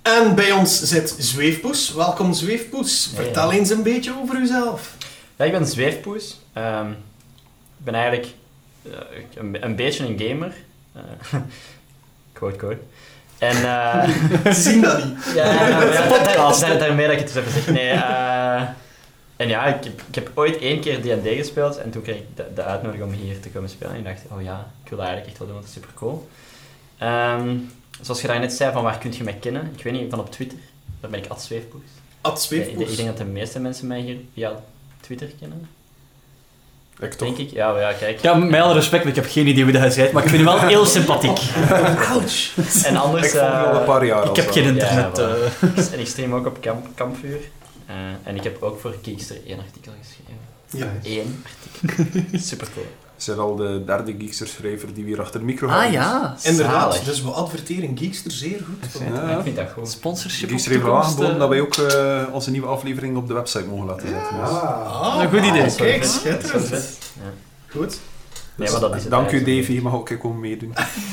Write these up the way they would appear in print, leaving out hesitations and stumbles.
En bij ons zit Zweefpoes. Welkom Zweefpoes. Vertel eens een beetje over uzelf. Ja, ik ben Zweefpoes. Ik ben eigenlijk een beetje een gamer. Quote. En, Ze zien dat niet. Daarmee dat ik het dus even zeg. Nee, en ja, ik heb ooit 1 keer D&D gespeeld en toen kreeg ik de uitnodiging om hier te komen spelen. En ik dacht, oh ja, ik wil dat eigenlijk echt wel doen, want dat is super cool. Zoals je daar net zei, van waar kun je mij kennen? Ik weet niet, van op Twitter. Daar ben ik @Zweefpoes. @Zweefpoes. Ik denk dat de meeste mensen mij hier via Twitter kennen. Ik toch? Denk ik? Ja, kijk. Ja, met alle respect, ik heb geen idee wie dat hij zei, maar ik vind hem wel heel sympathiek. Ouch. En anders... Ik volg al een paar jaar. Ik heb geen internet. Ja, en ik stream ook op Kampvuur. En ik heb ook voor Geekster 1 artikel geschreven. Ja. 1 artikel. Super cool. Ze zijn al de 3e Geekster-schrijver die weer achter de micro Ah gaat. ja, Inderdaad, zalig. dus we adverteren Geekster zeer goed. Ja. Ik vind dat goed. sponsorship op Geekster heeft al toekomst. aangeboden dat wij ook onze nieuwe aflevering op de website mogen laten zetten. Dus. Een goed idee. Kijk, Dat is wel schitterend. vet. Ja. Goed. Nee, maar dat is het Dank u eigenlijk. Davy, je mag ook een komen meedoen.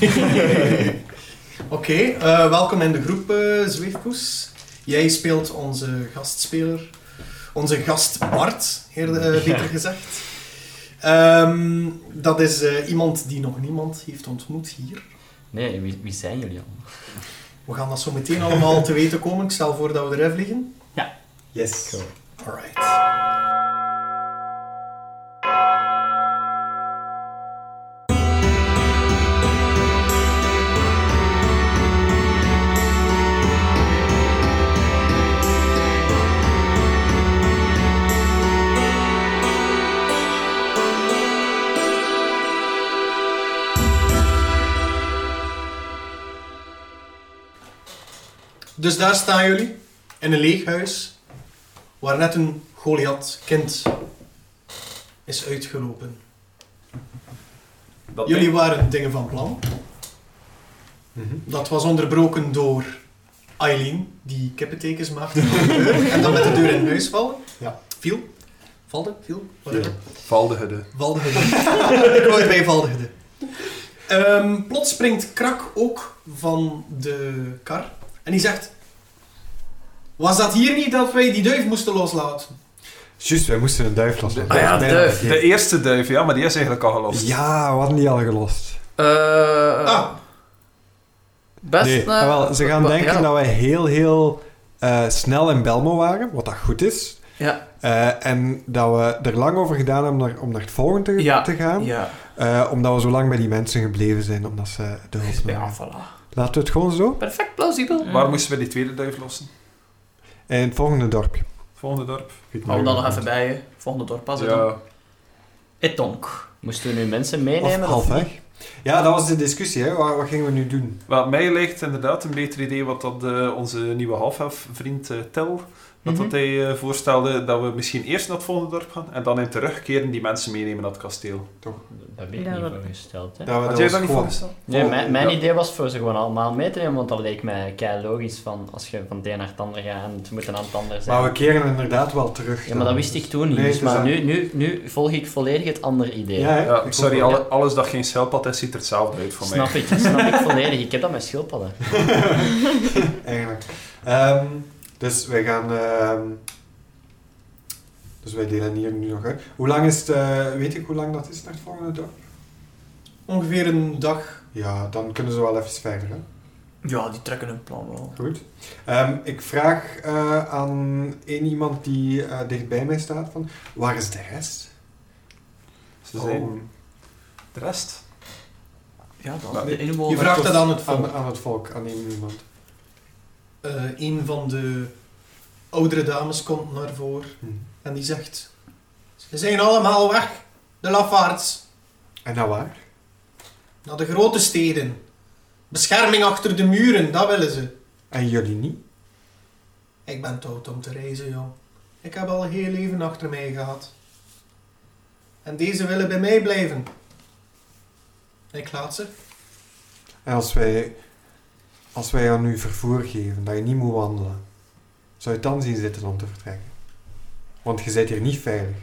Oké, welkom in de groep Zweefpoes. Jij speelt onze gastspeler. Onze gast Bart, beter gezegd. Dat is iemand die nog niemand heeft ontmoet hier. Nee, wie zijn jullie allemaal? We gaan dat zo meteen allemaal te weten komen. Ik stel voor dat we erin vliegen. Yes. Cool. Alright. Dus daar staan jullie, in een leeg huis, waar net een Goliath-kind is uitgelopen. Jullie waren dingen van plan. Dat was onderbroken door Eileen, die kippentekens maakte aan de deur en dan met de deur in huis vallen. Ja. Valde? Whatever. Valdehudde. Valdigede. Ik wou erbij Valdigede. Plots springt Krak ook van de kar en die zegt: was dat hier niet dat wij die duif moesten loslaten? Juist, wij moesten een duif lossen. Ah ja, de duif. De eerste duif, ja, maar die is eigenlijk al gelost. Ja, we hadden die al gelost. Best. Nee, wel, ze gaan denken dat wij heel snel in Belmo waren, wat dat goed is. Ja. En dat we er lang over gedaan hebben om naar het volgende te gaan. Ja. Omdat we zo lang bij die mensen gebleven zijn, omdat ze de hulp Ja, nodig voilà. Laten we het gewoon zo. Perfect plausibel. Waar moesten we die tweede duif lossen? In het volgende dorpje. Volgende dorp? Hou we dan nog even bij je. Volgende dorp pas. Ja. Etonk. Moesten we nu mensen Of meenemen? halfweg. Ja, dat was de discussie. Hè. Wat gingen we nu doen? Wel, mij lijkt inderdaad een beter idee wat dat onze nieuwe half-elf-vriend Tel, dat hij voorstelde, dat we misschien eerst naar het volgende dorp gaan en dan in terugkeren die mensen meenemen naar het kasteel. Daar ben ik niet voor gesteld. Hè? Had jij dat niet gewoon- voorgesteld? Nee, mijn idee was voor ze gewoon allemaal mee te nemen, want dat leek mij kei logisch van als je van het een naar het ander gaat en het moet een aan het ander zijn. Maar we keren inderdaad wel terug. Ja, maar dat wist ik toen niet. Nee, Dus, het is maar dat- nu volg ik volledig het andere idee. Ja, hè? Ja, Ik sorry, ook wel. alles dat geen schelpad is, ziet er hetzelfde uit voor mij. Snap ik volledig. Ik heb dat met schildpadden. Eigenlijk. Dus wij gaan... dus wij delen hier nu nog uit. Hoe lang is het... weet ik hoe lang dat is naar het volgende dorp? Ongeveer een dag. Ja, dan kunnen ze wel even verder. Hè? Ja, die trekken hun plan wel. Goed. Ik vraag aan één iemand die dicht bij mij staat van... Waar is de rest? Ze zijn de rest. Ja, dan. Maar De inwoner. Je vraagt dat aan het volk. Aan het volk, aan één iemand. Een van de oudere dames komt naar voren en die zegt: ze zijn allemaal weg, de lafaards, En nou waar? naar de grote steden. Bescherming achter de muren, dat willen ze. En jullie niet? Ik ben te oud om te reizen, joh. Ik heb al heel leven achter mij gehad. En deze willen bij mij blijven. Ik laat ze. En als wij jou nu vervoer geven, dat je niet moet wandelen, zou je het dan zien zitten om te vertrekken? Want je zit hier niet veilig.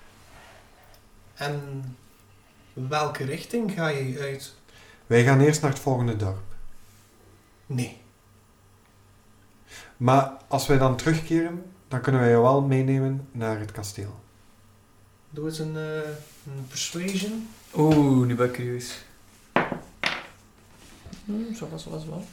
En welke richting ga je uit? Wij gaan eerst naar het volgende dorp. Nee. Maar als wij dan terugkeren, dan kunnen wij jou wel meenemen naar het kasteel. Doe eens een persuasion. Oeh, nu ben ik curieus. Zo was wel.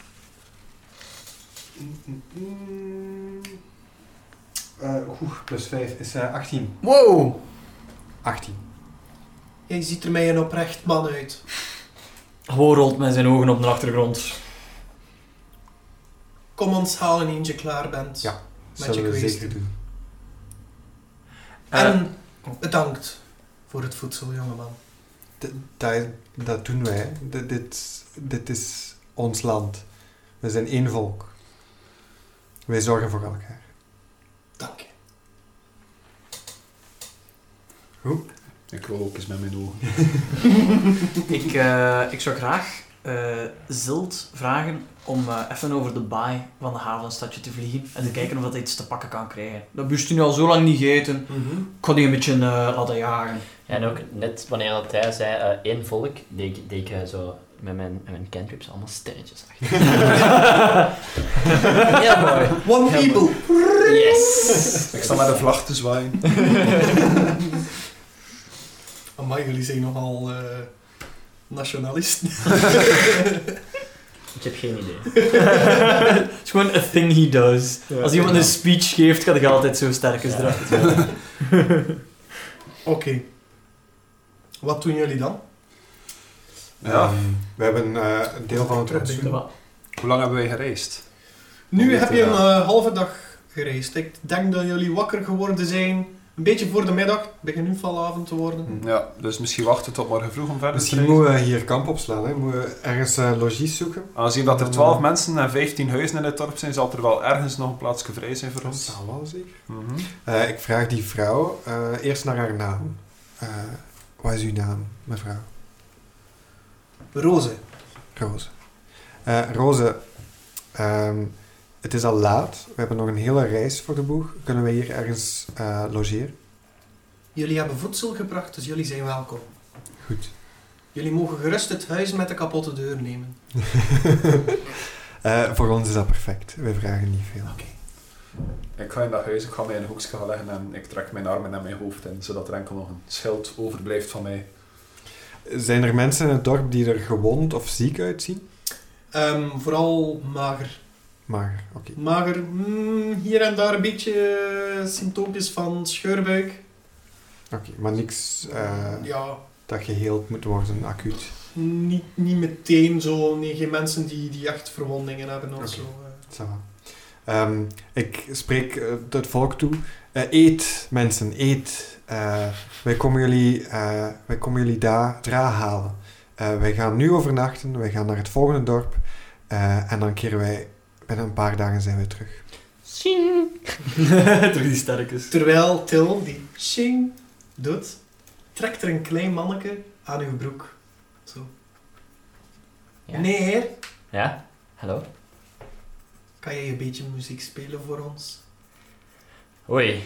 Plus 5 is 18. Wow! 18. Jij ziet er mij een oprecht man uit. Gewoon rolt met zijn ogen op de achtergrond. Kom ons halen eens je klaar bent. Ja. Met Zullen je we quest. zeker doen. En bedankt voor het voedsel, jongeman. Dat doen wij. Dit is ons land. We zijn één volk. Wij zorgen voor elkaar. Dank je. Ik wil ook eens met mijn ogen. Ik zou graag Zilt vragen om even over de baai van de havenstadje te vliegen en te kijken of hij iets te pakken kan krijgen. Dat buurt nu al zo lang niet gegeten. Ik kan die een beetje laten jagen. Ja, en ook net wanneer dat hij zei, één volk, deed ik zo met mijn cantrips allemaal sterretjes achter. Heel mooi. One people. Yes! Ik sta met een vlag te zwaaien. Amai, jullie zijn nogal nationalisten. Ik heb geen idee. Het is gewoon a thing he does. Ja, Als iemand ja. een speech geeft, gaat hij altijd zo sterk als eruit. Oké. Wat doen jullie dan? Ja. We hebben een deel van het rantsoen. Hoe lang hebben wij gereisd? Nu heb je een halve dag gereisd. Ik denk dat jullie wakker geworden zijn. Een beetje voor de middag. Het begint nu valavond te worden. Ja, dus misschien wachten tot morgen vroeg om verder te Misschien reizen. moeten we hier kamp opslaan. Hè? Moeten we ergens logies zoeken. Aangezien dat er 12 mensen en 15 huizen in het dorp zijn, zal er wel ergens nog een plaatsje vrij zijn voor Dat ons. zal wel zeker. Mhm. Ik vraag die vrouw eerst naar haar naam. Wat is uw naam, mevrouw? Roze. Roze. Roze, het is al laat. We hebben nog een hele reis voor de boeg. Kunnen we hier ergens logeren? Jullie hebben voedsel gebracht, dus jullie zijn welkom. Goed. Jullie mogen gerust het huis met de kapotte deur nemen. Voor ons is dat perfect. Wij vragen niet veel. Ik ga in dat huis, ik ga mij in een hoekje gaan leggen en ik trek mijn armen naar mijn hoofd in, zodat er enkel nog een schild overblijft van mij. Zijn er mensen in het dorp die er gewond of ziek uitzien? Vooral mager. Mager, oké. Mager, hier en daar een beetje symptoompjes van scheurbuik. Oké, maar niks Ja, dat geheeld moet worden, acuut. niet meteen zo. Nee, geen mensen die echt verwondingen hebben of Oké. zo. Ça va. Ik spreek het volk toe. Eet, mensen, eet. Wij komen jullie daar halen. Wij gaan nu overnachten. Wij gaan naar het volgende dorp. En dan keren wij... Binnen een paar dagen zijn we terug. Terug die sterkes. Terwijl Til die shing doet, trekt er een klein manneke aan uw broek. Zo. Ja. Nee, heer. Ja? Hallo? Kan jij een beetje muziek spelen voor ons? Oei.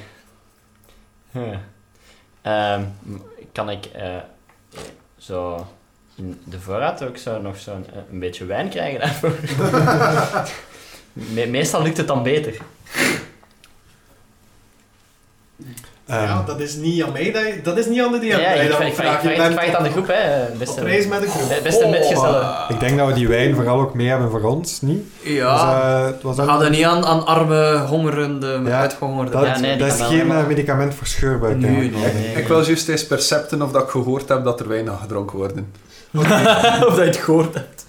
Kan ik zo in de voorraad ook zo nog zo'n een beetje wijn krijgen daarvoor? Meestal lukt het dan beter. Ja, dat is niet aan mij. Dat is niet aan de DM. Ja, ik vraag het aan de groep, hè. Op reis met de groep. Beste metgezellen. Ik denk dat we die wijn vooral ook mee hebben voor ons, niet? Ja. Dus, het was Ga er niet aan arme, hongerende, Ja, uitgehongerde. Dat, Ja, nee, dat die is kan geen wel. medicament voor scheurbuik. Nee, eigenlijk. nee. Ik wil juist eens percepten of dat ik gehoord heb dat er wijn gaat gedronken worden. Of dat je het gehoord hebt.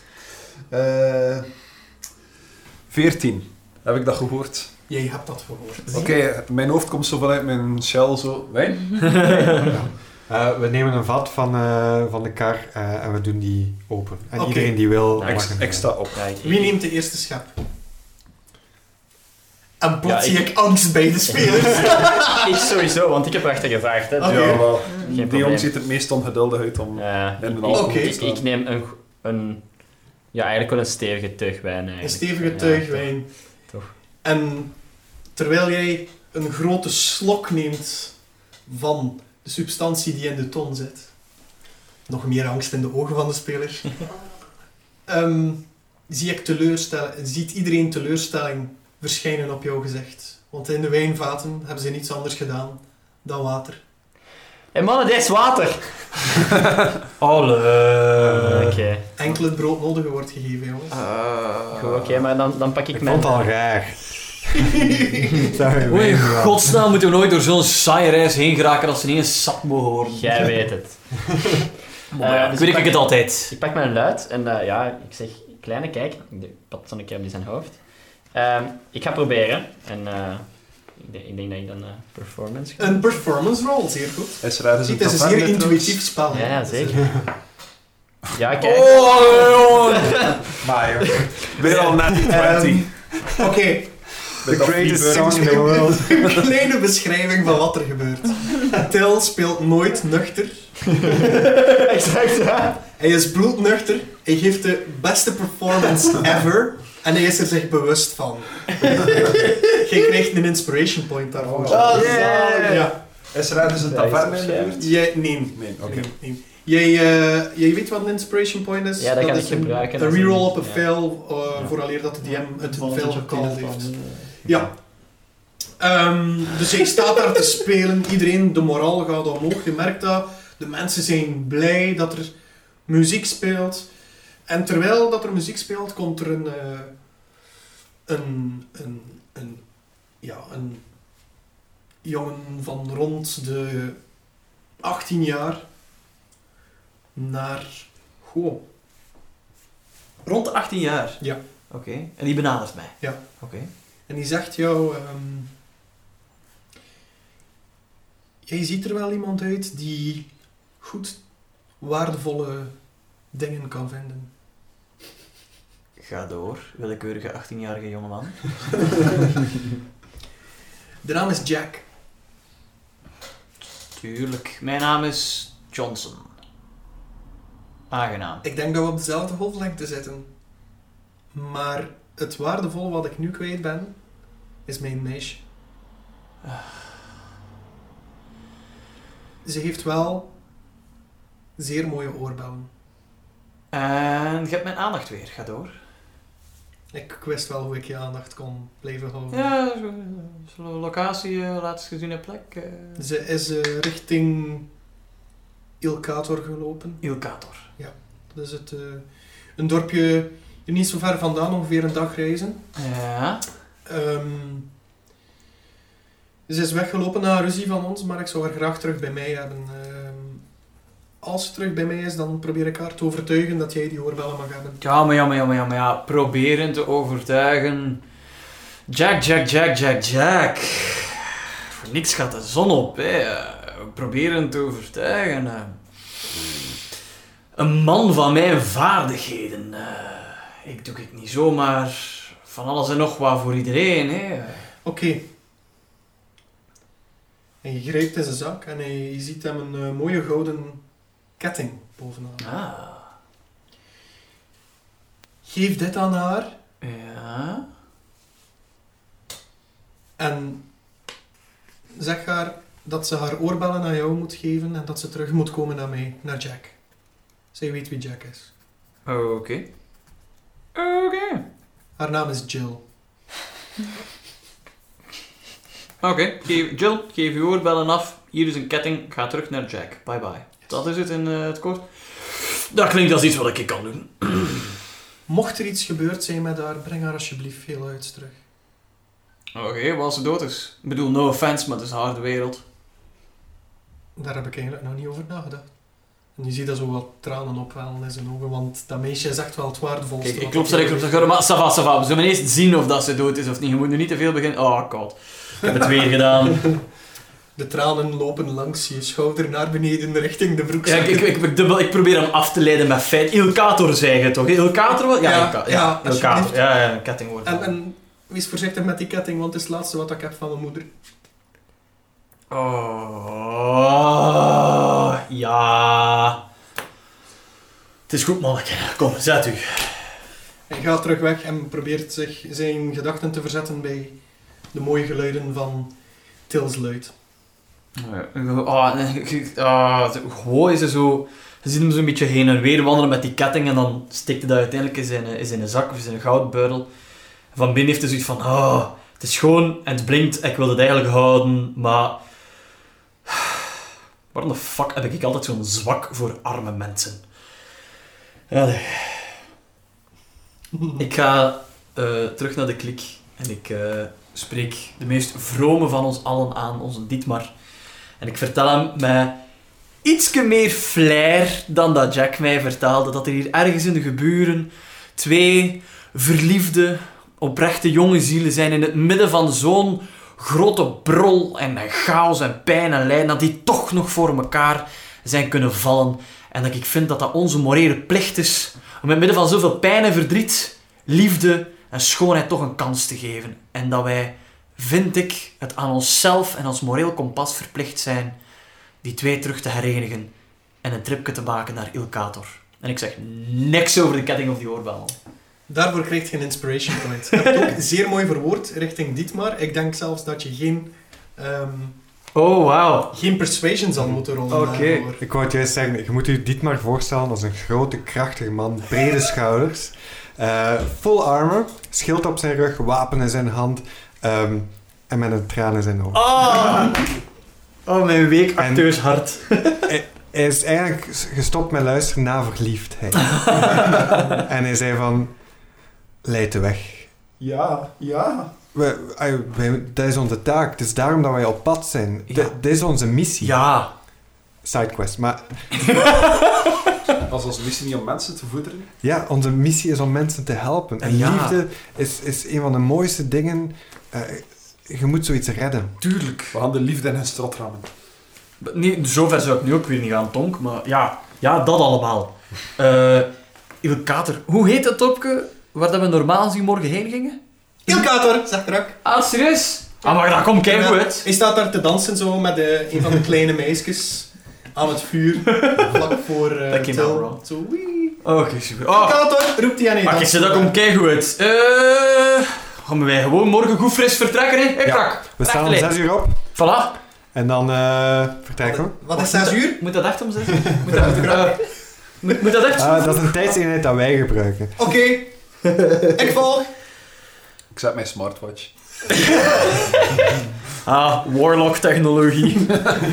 14. Heb ik dat gehoord? Jij hebt dat gehoord. Oké, mijn hoofd komt zo vanuit mijn shell zo. Wijn? We nemen een vat van de kar en we doen die open. En Oké. iedereen die wil... Ja, mag Ik sta op. Ja, Wie neemt de eerste schep? En plots Ja, zie ik angst bij de spelers. Ik sowieso, want ik heb achter gevraagd. Hè. Oké. Ja, wel. Geen Dion probleem. ziet het meest ongeduldig uit om... Oké. Ik neem eigenlijk wel een stevige teug wijn Een eigenlijk. stevige Ja, tuigwijn. toch. En terwijl jij een grote slok neemt van de substantie die in de ton zit, nog meer angst in de ogen van de speler, ziet iedereen teleurstelling verschijnen op jouw gezicht. Want in de wijnvaten hebben ze niets anders gedaan dan water. Hé mannen, dit is water! Oké. Enkel het broodnodige wordt gegeven, jongens. Goed, oké, maar dan pak ik Ik mijn... vond het al raar. Hoe in godsnaam moeten we nooit door zo'n saaie reis heen geraken als ze niet eens sap mogen worden? Jij weet het. Dus weet ik het altijd. Ik pak mijn luid en ik zeg, kleine kijk, ik pat zo'n keer op zijn hoofd. Ik ga proberen en ik denk dat ik dan performance ga. Een performance roll, zeer goed. Is er ergens Het is een zeer taverne intuïtief spel. Ja, zeker. Ja, kijk. Maar joh. Weer al net die 20. Oké, The greatest song in the world. een kleine beschrijving van wat er gebeurt. Till speelt nooit nuchter. Exact, ja. Hij is bloednuchter. Hij geeft de beste performance ever. En hij is er zich bewust van. Jij krijgt een inspiration point daarvoor. Ja. Is er ergens een taverne in de buurt? Nee. Nee, oké. Nee. Jij weet wat een inspiration point is? Ja, dat kan is ik gebruiken. Een reroll op een Ja. fail, vooraleer dat de DM het een fail gecalled heeft. Ja. Ja. Dus hij staat daar te spelen. Iedereen, de moraal gaat omhoog. Je merkt dat. De mensen zijn blij dat er muziek speelt. En terwijl dat er muziek speelt, komt er een jongen van rond de 18 jaar naar... Goh. Rond de 18 jaar? Ja. Oké. En die benadert mij? Ja. Oké. En die zegt jou... jij ziet er wel iemand uit die goed waardevolle dingen kan vinden. Ga door, willekeurige 18-jarige jongeman. De naam is Jack. Tuurlijk. Mijn naam is Johnson. Aangenaam. Ik denk dat we op dezelfde golflengte zitten. Maar het waardevolle wat ik nu kwijt ben, is mijn meisje. Ze heeft wel zeer mooie oorbellen. En je hebt mijn aandacht weer. Ga door. Ik wist wel hoe ik je aandacht kon blijven houden. Ja, zo'n locatie, laatst geziene plek. Ze is richting Ilkator gelopen. Ilkator. Dat is een dorpje hier niet zo ver vandaan, ongeveer een dag reizen. Ja. Ze is weggelopen na een ruzie van ons, maar ik zou haar graag terug bij mij hebben. Als ze terug bij mij is, dan probeer ik haar te overtuigen dat jij die oorbellen mag hebben. Ja. Proberen te overtuigen. Jack. Voor niks gaat de zon op, hè. Proberen te overtuigen. Een man van mijn vaardigheden. Ik doe het niet zomaar van alles en nog wat voor iedereen, hè. Oké. En je grijpt in zijn zak en je ziet hem een mooie gouden ketting bovenaan. Ah. Geef dit aan haar Ja. en zeg haar dat ze haar oorbellen aan jou moet geven en dat ze terug moet komen naar mij, naar Jack. Zij weet wie Jack is. Oké. Haar naam is Jill. Oké. Jill, geef je oorbellen af. Hier is een ketting. Ga terug naar Jack. Bye bye. Dat is het in het kort. Dat klinkt als iets wat ik kan doen. Mocht er iets gebeurd zijn met haar, breng haar alsjeblieft veel luids terug. Oké, wat als ze dood is? Ik bedoel, no offense, maar het is een harde wereld. Daar heb ik eigenlijk nog niet over nagedacht. En je ziet dat zo wat tranen opwellen in zijn ogen, want dat meisje is echt wel het waardevolste. Kijk, ik wat klop ze direct op de schouder, maar ça va. We zullen eerst zien of dat ze dood is of niet. Je moet nu niet te veel beginnen. Oh god, ik heb het weer gedaan. De tranen lopen langs je schouder naar beneden richting de Ja, broekzak. ik probeer hem af te leiden met feit. Ilkator zei je toch? Ilkator? Wat? Ja, Ilkator. alsjeblieft. Ja, ketting wordt. En wees voorzichtig met die ketting, want het is het laatste wat ik heb van mijn moeder. Oh, ja. Het is goed, manneke. Kom, zet u. Hij gaat terug weg en probeert zich zijn gedachten te verzetten bij de mooie geluiden van Tils luid. Gewoon is er zo... Je ziet hem zo'n beetje heen en weer wandelen met die ketting en dan stikt hij dat uiteindelijk in zijn zak of in zijn goudbuidel. Van binnen heeft hij zoiets van... Oh, het is schoon en het blinkt. Ik wil het eigenlijk houden, maar... Waarom de fuck heb ik altijd zo'n zwak voor arme mensen? Allee. Ik ga terug naar de klik en ik spreek de meest vrome van ons allen aan, onze Dietmar. En ik vertel hem met ietske meer flair dan dat Jack mij vertelde, dat er hier ergens in de geburen 2 verliefde, oprechte jonge zielen zijn in het midden van zo'n grote brol en chaos en pijn en lijden, dat die toch nog voor elkaar zijn kunnen vallen. En dat ik vind dat dat onze morele plicht is om in het midden van zoveel pijn en verdriet, liefde en schoonheid toch een kans te geven. En dat wij, vind ik, het aan onszelf en ons moreel kompas verplicht zijn die 2 terug te herenigen en een tripje te maken naar Ilkator. En ik zeg niks over de ketting of die oorbel. Daarvoor krijg je een inspiration point. Je hebt het ook zeer mooi verwoord richting Dietmar. Ik denk zelfs dat je Oh, wauw. geen persuasion zal moeten rollen. Oké. daarvoor. Ik wou het juist zeggen, je moet je Dietmar voorstellen als een grote, krachtige man, brede schouders, full armor, schild op zijn rug, wapen in zijn hand en met een traan in zijn ogen. Oh, mijn weekacteurshart. Hij is eigenlijk gestopt met luisteren na verliefdheid. En hij zei van, leid de weg. Ja. Dat is onze taak. Het is daarom dat wij op pad zijn. Ja. Dit is onze missie. Ja. Sidequest. Maar Als missie niet om mensen te voederen. ja, onze missie is om mensen te helpen. En Ja. liefde is een van de mooiste dingen. Je moet zoiets redden. Tuurlijk. We gaan de liefde in hun strot rammen. Nee, zover zou ik nu ook weer niet gaan, Tonk. Maar ja dat allemaal. Ilkater. Hoe heet het topje waar dat we normaal gezien morgen heen gingen? Ilkator, zegt Krak. Ah, serieus? Ah, maar dat komt kei goed uit. Hij staat daar te dansen zo met een van de kleine meisjes aan het vuur. Vlak voor Dat came out Til. wrong. Zo, wee. Oké, super. Oh, Ilkator, roept hij aan je maar ik zeg, dat komt kei goed uit. Gaan wij gewoon morgen goed fris vertrekken, hè? Hey, Ja. Krak. We staan om 6 uur op. Voilà. En dan vertrekken we. Wat is 6 uur? Moet dat echt om 6 uur? Moet dat echt? Dat is een tijdseenheid dat wij gebruiken. Oké. Ik volg. Ik zet mijn smartwatch. Warlock technologie.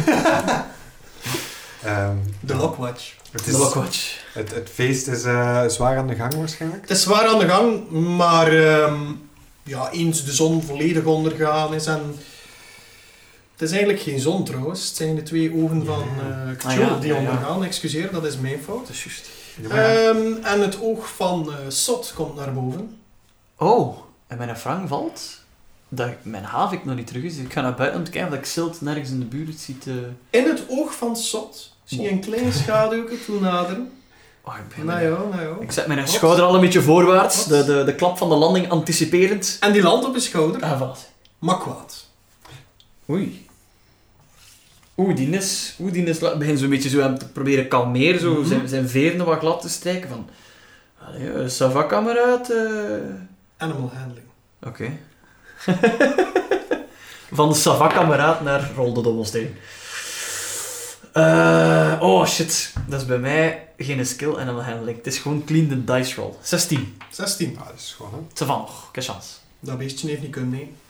De Lockwatch. Het, De is, Lockwatch. het feest is zwaar aan de gang waarschijnlijk. Het is zwaar aan de gang, maar eens de zon volledig ondergaan is en... Het is eigenlijk geen zon trouwens, het zijn de 2 ogen van K'Chul die ondergaan. Excuseer, dat is mijn fout. Dat is juist. En het oog van Sot komt naar boven. Oh, en mijn Frank valt. Mijn havik nog niet terug is. Ik ga naar buiten om te kijken of ik Silt nergens in de buurt ziet. In het oog van Sot zie je een klein schaduwje toenaderen. Oh, ik ben Nou ja. Ik zet mijn schouder al een beetje voorwaarts. De klap van de landing anticiperend. En die landt op je schouder. Ah, wat? Makwaad. Oei. Die is begint zo'n beetje zo aan te proberen kalmeren, zo zijn veren wat glad te strijken. Van, ça va, kameraad? Animal handling. Oké. Van ça va, kameraad naar rol de dobbelsteen. Oh shit, dat is bij mij geen skill animal handling. Het is gewoon clean the dice roll. 16. 16. Ah, dat is gewoon, hè. Ça va nog, geen chance. Dat beestje heeft niet kunnen, nee.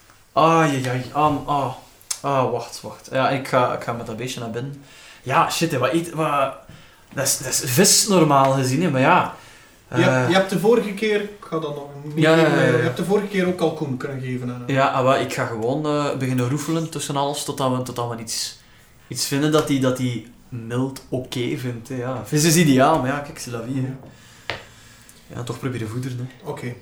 Wacht. Ja, ik ga met dat beestje naar binnen. Ja, shit, dat is vis normaal gezien, hè, maar ja. Je hebt de vorige keer... Ik ga dat nog niet Ja. geven, je hebt de vorige keer ook kalkoen kunnen geven. Hè. Ja, ik ga gewoon beginnen roefelen tussen alles totdat we iets vinden dat hij mild oké vindt. Hè, ja. Vis is ideaal, maar ja, kijk, c'est la vie. Hè. Ja, toch proberen voederen. Hè. Oké.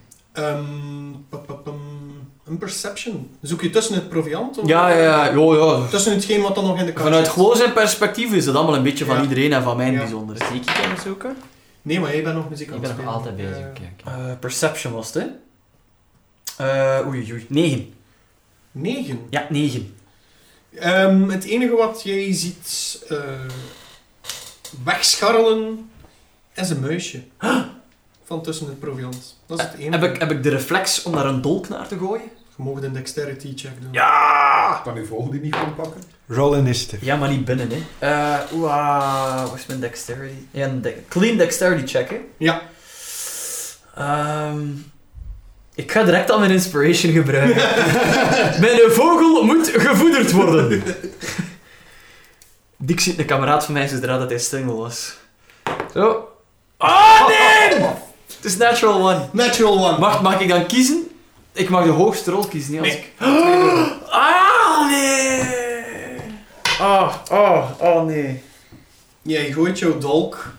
Een perception. Zoek je tussen het proviant? Of Ja. Tussen hetgeen wat dan nog in de kast Vanuit zit? gewoon zijn perspectief is het allemaal een beetje van Ja. iedereen en van mij Ja. bijzonder. Zie ik hier aan zoeken? Nee, maar jij bent nog muziek aan Ik het ben nog spelen. altijd bezig. Oké. Perception was het, hè? Oei. 9. 9. Ja, 9. Het enige wat jij ziet wegscharrelen is een muisje. Van tussen het proviant. Dat is het enige. Heb ik de reflex om daar een dolk naar te gooien? Je mag een dexterity check doen. Ja! Kan uw vogel die niet gaan pakken? Roll initiative. Ja, maar niet binnen, hè. Waar is mijn dexterity? Ja, een clean dexterity check, hè. Ja. Ik ga direct al mijn inspiration gebruiken. Mijn vogel moet gevoederd worden. Dick ziet een kameraad van mij zodra dat hij single was. Zo. Oh nee! Het is natural one. Natural one. Mag ik dan kiezen? Ik mag de hoogste rol kiezen, niet als Nee. ik... Ah, nee! Oh, nee. Jij gooit jouw dolk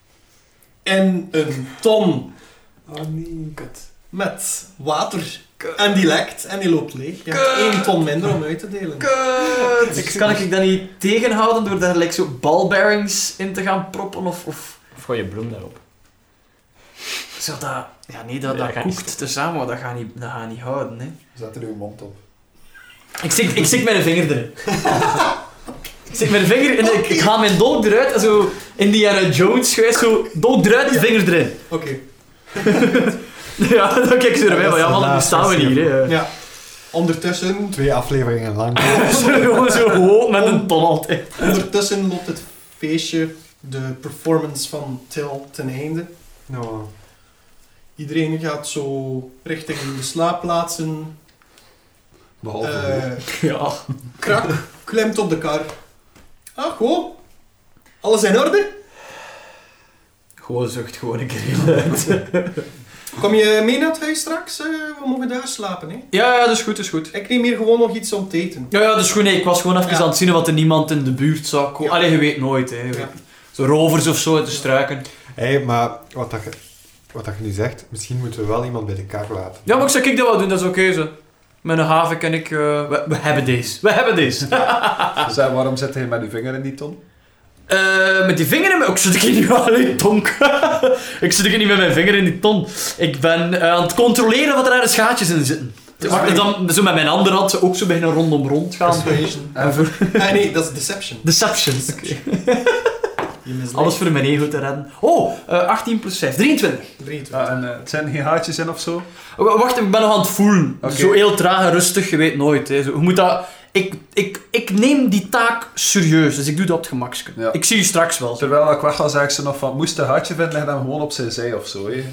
in een ton Oh nee, kut. met water. En die lekt en die loopt leeg. Je hebt 1 ton minder om uit te delen. Kan ik dat niet tegenhouden door daar like, zo ballbearings in te gaan proppen? Of Of gooi je bloem daarop. zou dat... Ja, nee, Nee, dat dat gaat niet koekt tezamen, maar dat gaat niet houden. Hè. Zet er uw mond op. Ik stik mijn vinger erin. Ik stik mijn vinger en ik haal mijn dolk eruit en zo Indiana Jones geweest, zo dolk eruit, vinger erin. Oké. Ja, dan kijk ik zo erbij, maar ja man, nu staan we hier. Hè. Ja. Ondertussen 2 afleveringen lang. Gewoon zo hoog met een ton altijd. Ondertussen loopt het feestje, de performance van Till ten einde. Nou, Iedereen gaat zo richting de slaapplaatsen. Behalve Ja. Krak klimt op de kar. Ah, goed. Alles in orde? Gewoon zucht gewoon een keer heel uit. Kom je mee naar het huis straks? We mogen daar slapen, hè? Ja, dat is goed, dat is goed. Ik neem hier gewoon nog iets om te eten. Ja, dat is goed. Nee, ik was gewoon even Ja. aan het zien wat er niemand in de buurt zou komen. Ja. Allee, je weet nooit, hè. Je weet Ja. niet. Zo rovers of zo uit de struiken. hé, maar wat dat je nu zegt, misschien moeten we wel iemand bij de kar laten. Ja, maar ik zou ik dat wel doen, dat is oké zo. Met een haven kan ik... we hebben deze. We hebben deze. Zeg, waarom zit hij met uw vinger in die ton? Met die vinger in mijn... Ik zit hier niet aan die tonk. Ik zit hier niet met mijn vinger in die ton. Ik ben aan het controleren wat er aan de schaatjes in zitten. Mag ik dan zo met mijn andere hand ook zo bijna rond gaan? Persuasion. En voor... Nee, dat is deception. Deception. Oké. Je misleidt. Alles voor mijn ego te redden. Oh, 18 plus 5. 23. 23. En het zijn geen haartjes in of zo? Wacht, ik ben nog aan het voelen. Oké. Zo heel traag en rustig, je weet nooit. Hè. Zo, je moet dat... Ik neem die taak serieus, dus ik doe dat op het gemakske. Ja. Ik zie je straks wel. Terwijl ik weg ga, zeg ik ze nog van, moest een haartje vinden, leg hem gewoon op zijn zij of zo. Hè.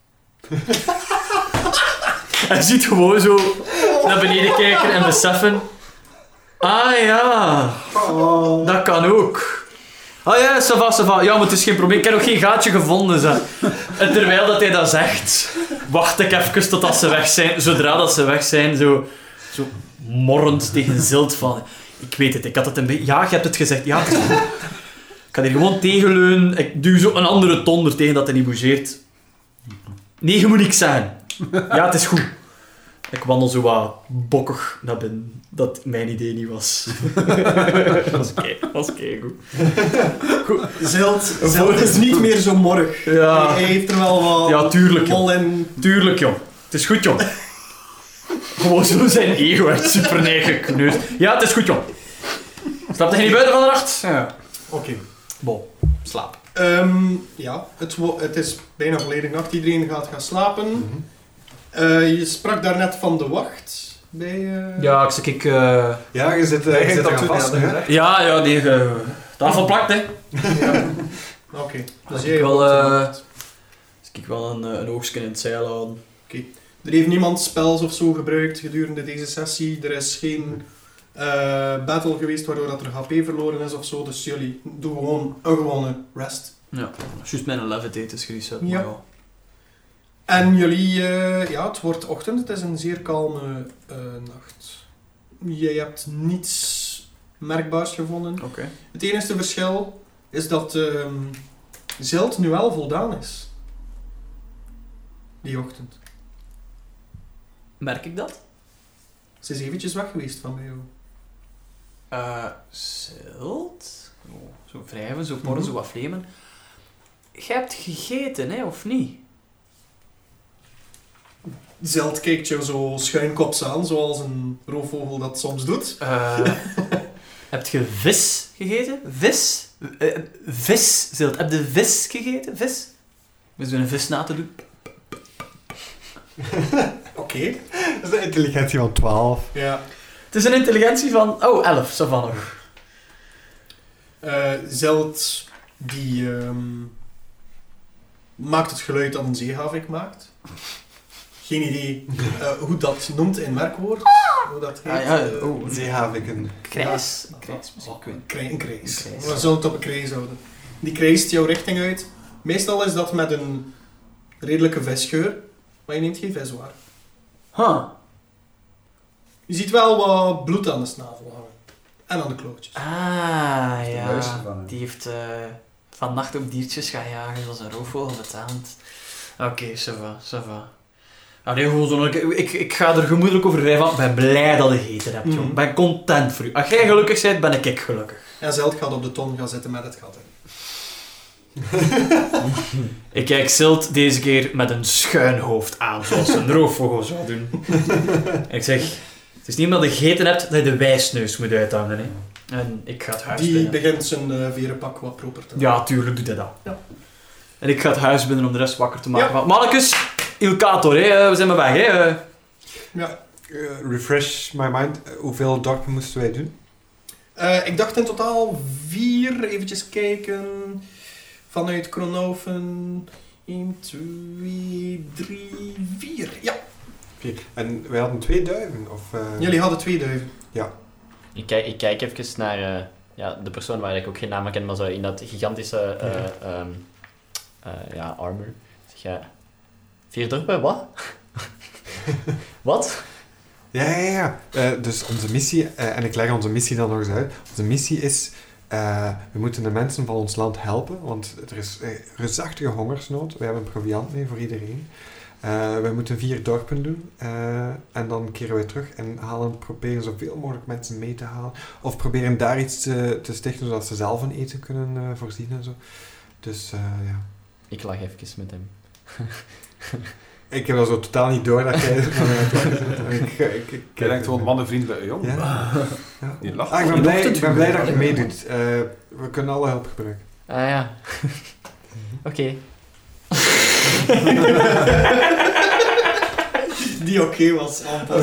Hij ziet gewoon zo naar beneden kijken en beseffen... Ah ja, dat kan ook. Ah ja, ça va, ça va. Ja, maar het is geen probleem. Ik heb nog geen gaatje gevonden, zeg. En terwijl dat hij dat zegt, wacht ik even totdat ze weg zijn. Zodra dat ze weg zijn, zo morrend tegen Zilt van... Ik weet het, ik had het een beetje... Ja, je hebt het gezegd. Ja, het is goed. Ik kan hier gewoon tegenleunen. Ik duw zo een andere ton er tegen dat hij niet bougeert. Nee, je moet niks zeggen. Ja, het is goed. Ik wandel zo wat bokkig naar binnen. Dat mijn idee niet was. was keigoed. Zilt is niet meer zo morg. Ja. Hij heeft er wel wat Ja, tuurlijk, mol jong. in. Tuurlijk, jong. Het is goed, jong. Gewoon zo zijn ego echt super neergekneusd. Ja, het is goed, jong. Slaap je niet buiten van de nacht? Ja. Oké. Bon, slaap. Ja, het is bijna volledig nacht. Iedereen gaat gaan slapen. Je sprak daarnet van de wacht. Bij, Ja, ik zeg Ja, je zit er gaan vast, hè? Ja, die tafel plakt, hè. Oké. Dus jij ik wel, wordt- ik wel een oogstje in het zeil houden. Er heeft niemand spells of zo gebruikt gedurende deze sessie. Er is geen battle geweest waardoor dat er HP verloren is of zo. Dus jullie doen gewoon een gewone rest. Ja, juist mijn levitate is gereset. Ja. Maar ja. En jullie, ja, het wordt ochtend. Het is een zeer kalme nacht. Jij hebt niets merkbaars gevonden. Oké. Het enige verschil is dat Zilt nu wel voldaan is. Die ochtend. Merk ik dat? Ze is eventjes weg geweest van bij jou. Zilt? Oh, zo wrijven, zo porren, zo wat vlemen. Je hebt gegeten, hè, of niet? Zilt kijkt jou zo schuinkops aan, zoals een roofvogel dat soms doet. Heb je vis gegeten? Vis? Vis, Zilt. Heb je vis gegeten? Vis? We doen een vis na te doen. Oké. Dat is een intelligentie van 12. Ja. Het is een intelligentie van... Oh, 11, zo van nog. Zilt, die maakt het geluid dat een zeehavik maakt. Geen idee hoe dat noemt in werkwoord. Hoe dat heet. Zeehaviken. Krijs. Krijs misschien. Ik weet niet. Een krijs. Een krijs. We zullen het op een krijs houden. Die krijst jouw richting uit. Meestal is dat met een redelijke visgeur, maar je neemt geen vis waar. Huh. Je ziet wel wat bloed aan de snavel hangen. En aan de klootjes. Ah, De ja. luister van hem. Die heeft vannacht op diertjes gaan jagen, zoals een roofvogel betaald. Oké, ça va. Allee, gewoon zo, ik ga er gemoedelijk over rijden. Ik ben blij dat je gegeten hebt, jong. Ik ben content voor u. Als jij gelukkig bent, ben ik gelukkig. En Zeld gaat op de ton gaan zitten met het gat in. Ik kijk Zilt deze keer met een schuin hoofd aan, zoals een roofvogel zou doen. Ik zeg, het is niet omdat je gegeten hebt dat je de wijsneus moet uithangen. Hè. En ik ga het huis Die binnen. begint zijn verenpak wat proper te maken. Ja, tuurlijk doet hij dat. Ja. En ik ga het huis binnen om de rest wakker te maken. Ja. Maar mannekes, Ilkator, hè, we zijn maar weg. Hè. Ja. Refresh my mind. Hoeveel dorpen moesten wij doen? Ik dacht in totaal 4. Eventjes kijken. Vanuit Kronoven. 1, 2, 3, 4. Ja. 4. En wij hadden 2 duiven? Of, Jullie hadden 2 duiven. Ik kijk even naar de persoon waar ik ook geen naam ken, maar zo in dat gigantische armor. Zeg jij, 4 dorpen, wat? Wat? Ja. Dus onze missie, en ik leg onze missie dan nog eens uit. Onze missie is, we moeten de mensen van ons land helpen, want er is reusachtige hongersnood. We hebben proviant mee voor iedereen. We moeten 4 dorpen doen en dan keren wij terug en proberen zoveel mogelijk mensen mee te halen. Of proberen daar iets te stichten, zodat ze zelf een eten kunnen voorzien en zo. Dus ja. Ik lag even met hem. Ik heb dat zo totaal niet door dat jij... Ik denk gewoon mannenvriendelijk, jong. Ja. Je lacht. Ik ben blij dat je meedoet. We kunnen alle hulp gebruiken. Ah ja. Oké. Die oké was.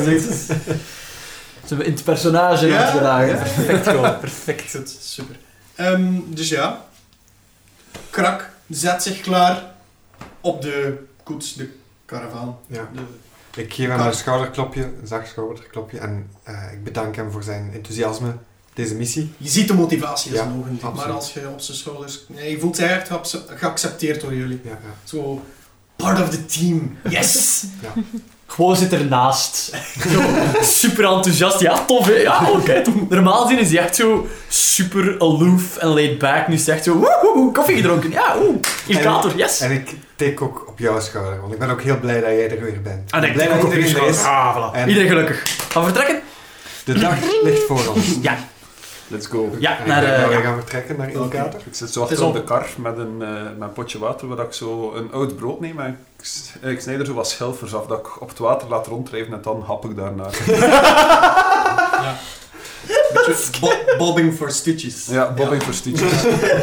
Ze hebben in het personage Ja. uitgedragen. Perfect gewoon, perfect. Goed, super. Dus ja. Krak zet zich klaar op de koets, de karavaan. Ja. De- Ik geef hem een schouderklopje, een zacht schouderklopje en ik bedank hem voor zijn enthousiasme, deze missie. Je ziet de motivatie in Ja, zijn ogen, maar absoluut. als je op zijn schouders... Nee, je voelt zich echt geaccepteerd door jullie. Ja. Zo, part of the team. Yes! Gewoon zit ernaast. Zo, super enthousiast. Ja, tof hè. Ja, oké. Normaal gezien is hij echt zo super aloof en laid back. Nu is hij echt zo, woehoe, koffie gedronken. Ja, Ilkator, yes. En ik tik ook op jouw schouder, want ik ben ook heel blij dat jij er weer bent. En ik blij denk dat ook op je iedereen er is. schouder. Ah, voilà. En- Iedereen gelukkig. Gaan we vertrekken? De dag ligt voor ons. Ja. Let's go. Ja, En ik naar... denk dat wij ja. gaan vertrekken naar Ilkator. Ik zit zo Het is achter op al- de kar met een potje water, waar ik zo een oud brood neem en ik snij er zo wat schelvers af, dat ik op het water laat ronddrijven en dan hap ik daarnaar. Ja. Beetje bobbing for stitches. Ja, bobbing voor stitches.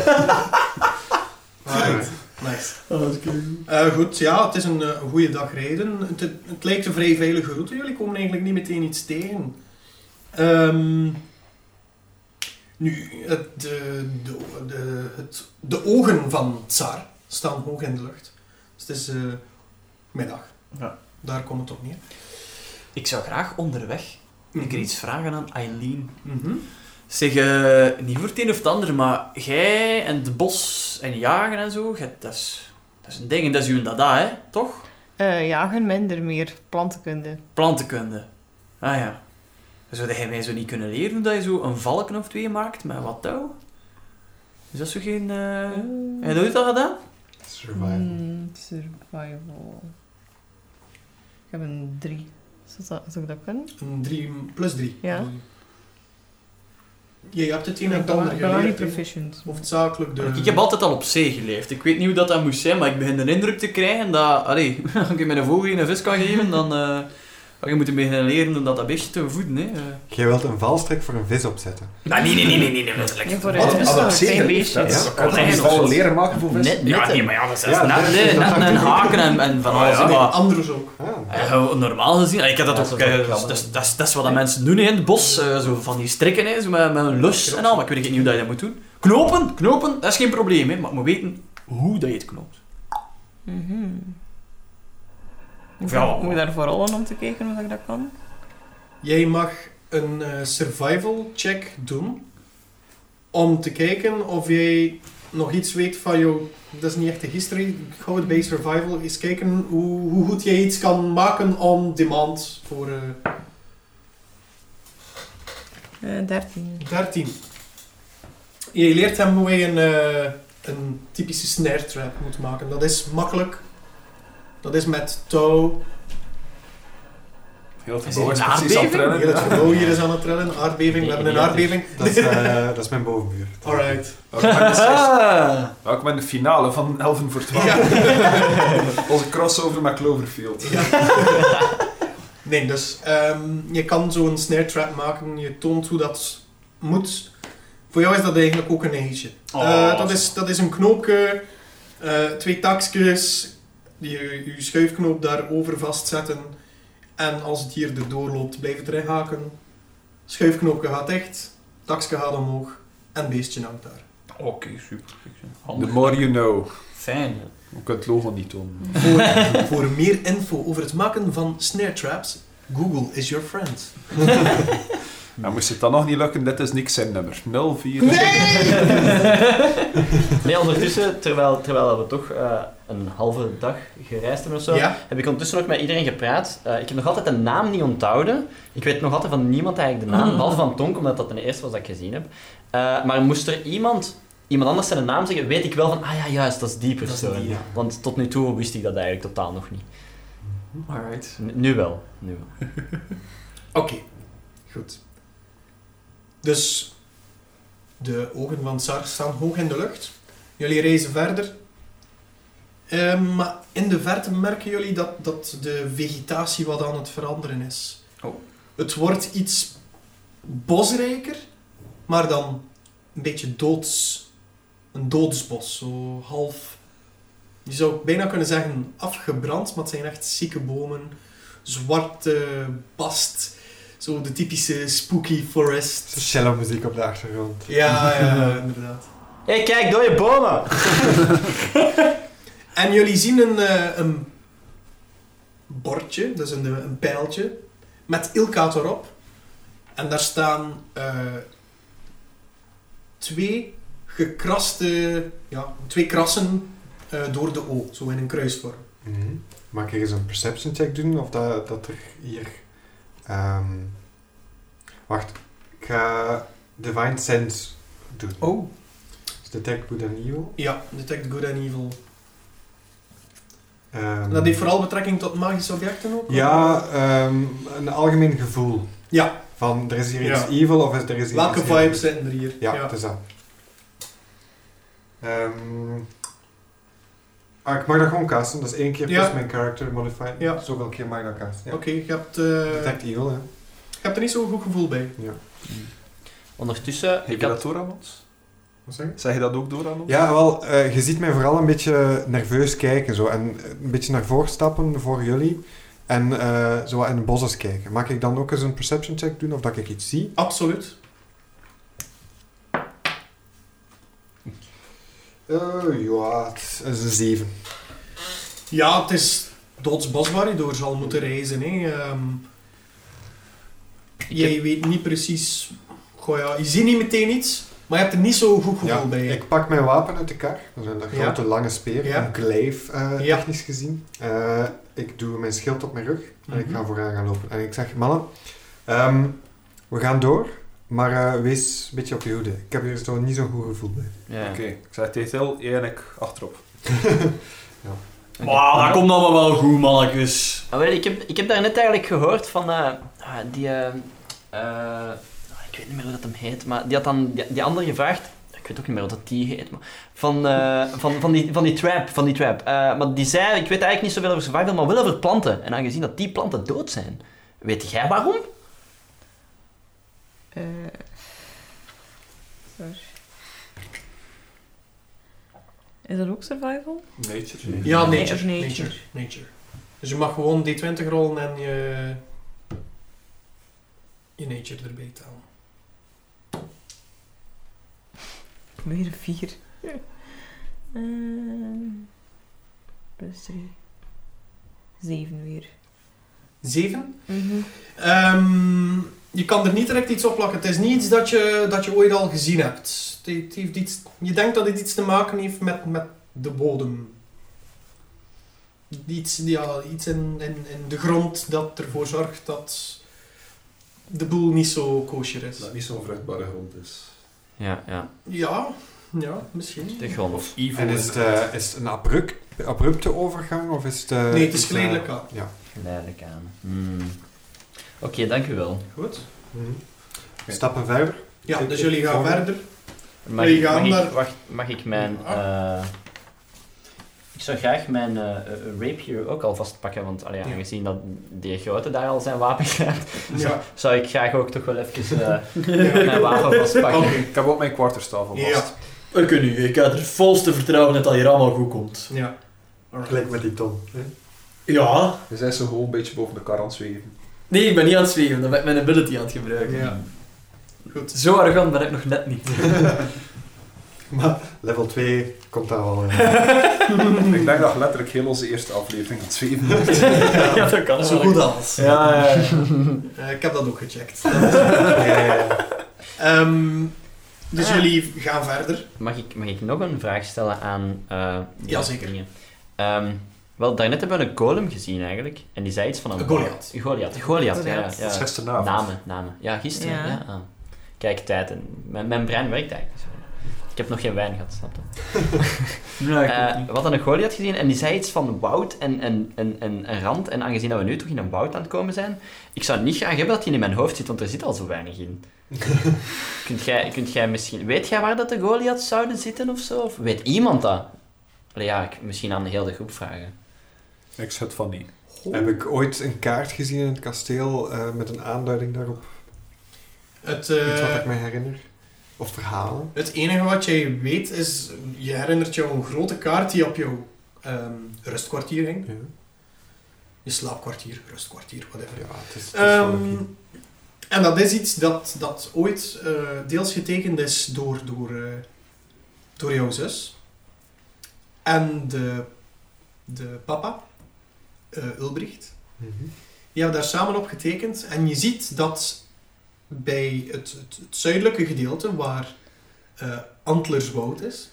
Right. Nice. Goed, ja, het is een goede dag rijden. Het lijkt een vrij veilige route. Jullie komen eigenlijk niet meteen iets tegen. Nu, de ogen van Tsar staan hoog in de lucht. Dus het is middag. Ja. Daar komt het op neer. Ik zou graag onderweg een keer iets vragen aan Eileen. Mhm. Zeg, niet voor het een of het ander, maar jij en het bos en jagen en zo, dat is een ding en dat is uw dada, hè? Toch? Jagen minder, meer plantenkunde. Plantenkunde. Ah ja. Zou jij mij zo niet kunnen leren hoe dat je zo een valken of 2 maakt met wat touw? Is dat zo geen... Heb je dat ooit al gedaan? Survival. Survival. Ik heb een 3. Zou ik dat kunnen? Een 3 plus 3. Ja. Je hebt het een en Ik het ander ben wel niet geleerd. hè. proficient. Hoofdzakelijk de... Ik heb altijd al op zee geleefd. Ik weet niet hoe dat moest zijn, maar ik begin de indruk te krijgen dat... Allee, als ik met een vogel geen vis kan geven, dan ga je moeten beginnen leren om dat beestje te voeden. Hè. Jij wilt een valstrik voor een vis opzetten. Maar nee, dat is Nee, lekker. voor Wat? een Als dat klein zeker beestje. Ja. Kan je al leren maken voor vis? Nee, maar ja, dat is Ja, net, dat is- hè, dat net dacht een ik ook. haken en van alles. Nee, Maar anders ook. normaal gezien, ik heb dat Ja, ook, dat is ook wel, dat is wat dat mensen doen hè, in het bos, zo van die strikken, hè, zo met een lus en al, maar ik weet niet hoe dat je dat moet doen. Knopen, dat is geen probleem, hè, maar je moet weten hoe dat je het knoopt. Mhm. Ja. Moet ik daar vooral aan om te kijken hoe ik dat kan? Jij mag een survival check doen om te kijken of jij nog iets weet van jou. Dat is niet echt de history. Hou het bij survival. Eens kijken hoe goed jij iets kan maken on demand voor 13. 13. Je leert hem hoe hij een typische snare trap moet maken. Dat is makkelijk. Dat is met touw. Heel het Is gebouw het is een precies aan het aardbeving? trillen. Heel het gebouw hier is aan het trillen. Aardbeving. We hebben een aardbeving. Dat is mijn bovenbuurt. Alright. Welkom in de finale van 11 voor 12. Ja. Onze crossover met Cloverfield. Nee, dus je kan zo'n snare trap maken. Je toont hoe dat moet. Voor jou is dat eigenlijk ook een eitje. Dat is een knoopje, 2 takjes, die je schuifknoop daarover vastzetten. En als het hier erdoor loopt, blijf het erin haken. Schuifknoopje gaat dicht, takje gaat omhoog en beestje hangt daar. Oké, super. The more you know. Fijn. Je kunt het logo niet tonen. Voor meer info over het maken van snare traps, Google is your friend. En moest het dan nog niet lukken, dit is niks zijn nummer. 04. Nee, ondertussen, terwijl we toch een halve dag gereisd hebben of zo, Ja? heb ik ondertussen nog met iedereen gepraat. Ik heb nog altijd de naam niet onthouden. Ik weet nog altijd van niemand eigenlijk de naam, behalve van Tonk, omdat dat de eerste was dat ik gezien heb. Maar moest er iemand anders zijn naam zeggen, weet ik wel van, ah ja, juist, dat is die persoon. die, ja. Want tot nu toe wist ik dat eigenlijk totaal nog niet. Alright. Nu wel. Oké, goed. Dus de ogen van Sark staan hoog in de lucht. Jullie reizen verder. Maar in de verte merken jullie dat de vegetatie wat aan het veranderen is. Oh. Het wordt iets bosrijker, maar dan een beetje een doodsbos. Zo half, je zou bijna kunnen zeggen afgebrand, maar het zijn echt zieke bomen. Zwarte bast. Zo de typische spooky forest. Cello muziek op de achtergrond. Ja, inderdaad. Hé, kijk, door je bomen! En jullie zien een bordje, dus een pijltje, met Ilkaat erop. En daar staan 2 twee krassen door de O, zo in een kruisvorm. Mag ik eens een perception check doen? Of dat er hier... Wacht, ik ga Divine Sense doen. Oh. Dus Detect Good and Evil. Ja, Detect Good and Evil. Dat heeft vooral betrekking tot magische objecten ook? Ja, een algemeen gevoel. Ja. Van, er is hier Ja. iets evil of er is hier Welke iets vibes evil. zitten er hier? Ja, het is dat. Ik mag dat gewoon casten, dat is 1 keer plus Ja. mijn character modifier. Ja. Zoveel keer mag ik dat casten. Ja. Oké, je Detect Evil, hè. hebt er niet zo'n goed gevoel bij. Ja. Ondertussen, Heb je ik dat had... door aan ons? Wat zeg je? Zeg je dat ook door aan ons? Ja, wel, je ziet mij vooral een beetje nerveus kijken zo, en een beetje naar voren stappen voor jullie en zo wat in de bosjes kijken. Mag ik dan ook eens een perception check doen of dat ik iets zie? Absoluut. Ja, het is een 7. Ja, het is doodsbos waar je door zal moeten reizen. Hè. Jij weet niet precies... Goh, ja, je ziet niet meteen iets, maar je hebt er niet zo goed gevoel Ja, bij. ik pak mijn wapen uit de kar, dat is een Ja. grote lange speer, Ja. een kleef Ja. technisch gezien. Ik doe mijn schild op mijn rug en ik Mhm. ga vooraan gaan lopen. En ik zeg, mannen, we gaan door, maar wees een beetje op je hoede. Ik heb hier zo niet zo'n goed gevoel bij. Ja. Oké, ik zeg tegen Til, jij en ik achterop. Maar dat komt allemaal wel goed, mannetjes. Ah, wel, ik heb daar net eigenlijk gehoord van ik weet niet meer hoe dat hem heet, maar die had dan die andere gevraagd, ik weet ook niet meer hoe dat die heet, maar van die trap. Maar die zei, ik weet eigenlijk niet zoveel over survival, maar wel over planten. En aangezien dat die planten dood zijn, weet jij waarom? Sorry. Is dat ook survival? Nature. Ja, Nee, nature. of nature. Nature. Dus je mag gewoon D20 rollen en je nature erbij tellen. Weer 4. Plus 3. 7 weer. 7. Mhm. Je kan er niet direct iets op plakken. Het is niet iets dat je ooit al gezien hebt. Het heeft iets, je denkt dat het iets te maken heeft met de bodem. Iets in de grond dat ervoor zorgt dat de boel niet zo kosher is. Dat het niet zo'n vruchtbare grond is. Ja. Ja, misschien. De grond. Of evil. En is het een abrupte overgang? Of is het, Nee, het is geleidelijk aan. Ja. Geleidelijk aan. Oké, dank u wel. Goed. Stappen verder? Ja, Ik- dus ik- jullie gaan volgen. verder. Mag ik mijn... Ik zou graag mijn rapier ook alvast pakken, want Ja. aangezien dat die grote daar al zijn wapen grijpt, Ja. zou ik graag ook toch wel even mijn wapen vastpakken. Oké. Ik heb ook mijn quarterstaaf alvast. Ja. Oké nu, ik heb er volste vertrouwen dat dat hier allemaal goed komt. Ja. Alright. Gelijk met die ton. Hè? Ja. Je bent zo gewoon een beetje boven de kar aan het zweven. Nee, ik ben niet aan het zweven, dan ben ik mijn ability aan het gebruiken. Ja. Goed. Zo arrogant ben ik nog net niet. Maar level 2 komt daar wel in. Ik denk dat letterlijk heel onze eerste aflevering aan het zweven is. Ja, dat kan Zo goed als. Ja. Ik heb dat ook gecheckt. Ja. Dus jullie gaan verder. Mag ik nog een vraag stellen aan Ja, zeker. dingen? Wel, daarnet hebben we een golem gezien eigenlijk. En die zei iets van een... Een Goliath. Goliath, ja. Dat is gisteravond. Namen. Ja, gisteren. Ja. Ja. Kijk, tijd. En mijn brein werkt eigenlijk zo. Ik heb nog geen wijn gehad, snap je? Nee, ik ook niet. We hadden een Goliath gezien en die zei iets van woud en een rand. En aangezien dat we nu toch in een woud aan het komen zijn, ik zou niet graag hebben dat die in mijn hoofd zit, want er zit al zo weinig in. Kunt jij misschien... Weet jij waar dat de Goliaths zouden zitten of zo? Of weet iemand dat? Allee, ja, misschien aan de hele groep vragen. Ik zet van niet. Heb ik ooit een kaart gezien in het kasteel met een aanduiding daarop? Het, Iets wat ik me herinner? Of verhalen? het enige wat jij weet is, je herinnert jou een grote kaart die op jouw rustkwartier ging. Ja. Je slaapkwartier, rustkwartier, whatever. Ja, het is wel oké. En dat is iets dat ooit deels getekend is door jouw zus. En de papa, Ulbricht. Mhm. Die hebben daar samen op getekend. En je ziet dat bij het zuidelijke gedeelte, waar Antlerswoud is,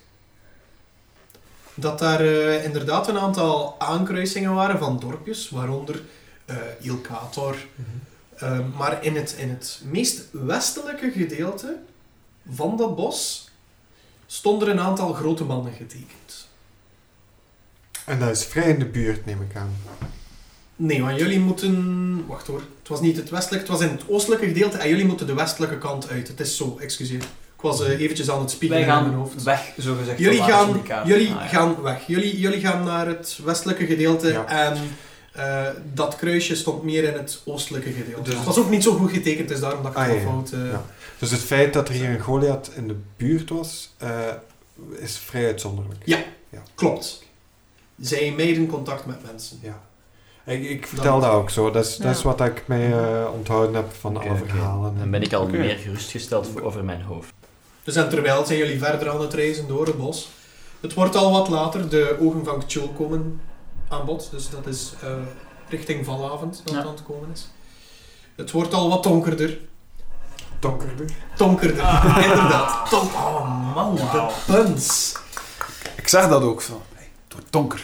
dat daar inderdaad een aantal aankruisingen waren van dorpjes, waaronder Ilkator. Maar in het meest westelijke gedeelte van dat bos stonden er een aantal grote mannen getekend. En dat is vrij in de buurt, neem ik aan. Nee, want jullie moeten... Wacht hoor. Het was niet het westelijke, het was in het oostelijke gedeelte en jullie moeten de westelijke kant uit. Het is zo, excuseer. Ik was eventjes aan het spiegelen Wij in mijn gaan hoofd. weg, zogezegd. Jullie van waar gaan, is die kaart? jullie Ah, ja. gaan weg. Jullie gaan naar het westelijke gedeelte Ja. en dat kruisje stond meer in het oostelijke gedeelte. Dus- Het was ook niet zo goed getekend, dus daarom dat ik het Ah, wel ja. fout... Ja. Dus het feit dat er hier een Goliath in de buurt was, is vrij uitzonderlijk. Klopt. Zij meiden contact met mensen. Ja. Ik vertel dat ook zo. Dat is wat ik mij onthouden heb van Oké, alle oké. verhalen. Dan ben ik al Oké. meer gerustgesteld over mijn hoofd. Dus en terwijl zijn jullie verder aan het reizen door het bos. Het wordt al wat later, de ogen van Kjol komen aan bod. Dus dat is richting Valavond dat het aan het komen is. Het wordt al wat donkerder. Donkerder. Donkerder, inderdaad. Oh man, de puns. Ik zeg dat ook zo. Hey, het wordt donker.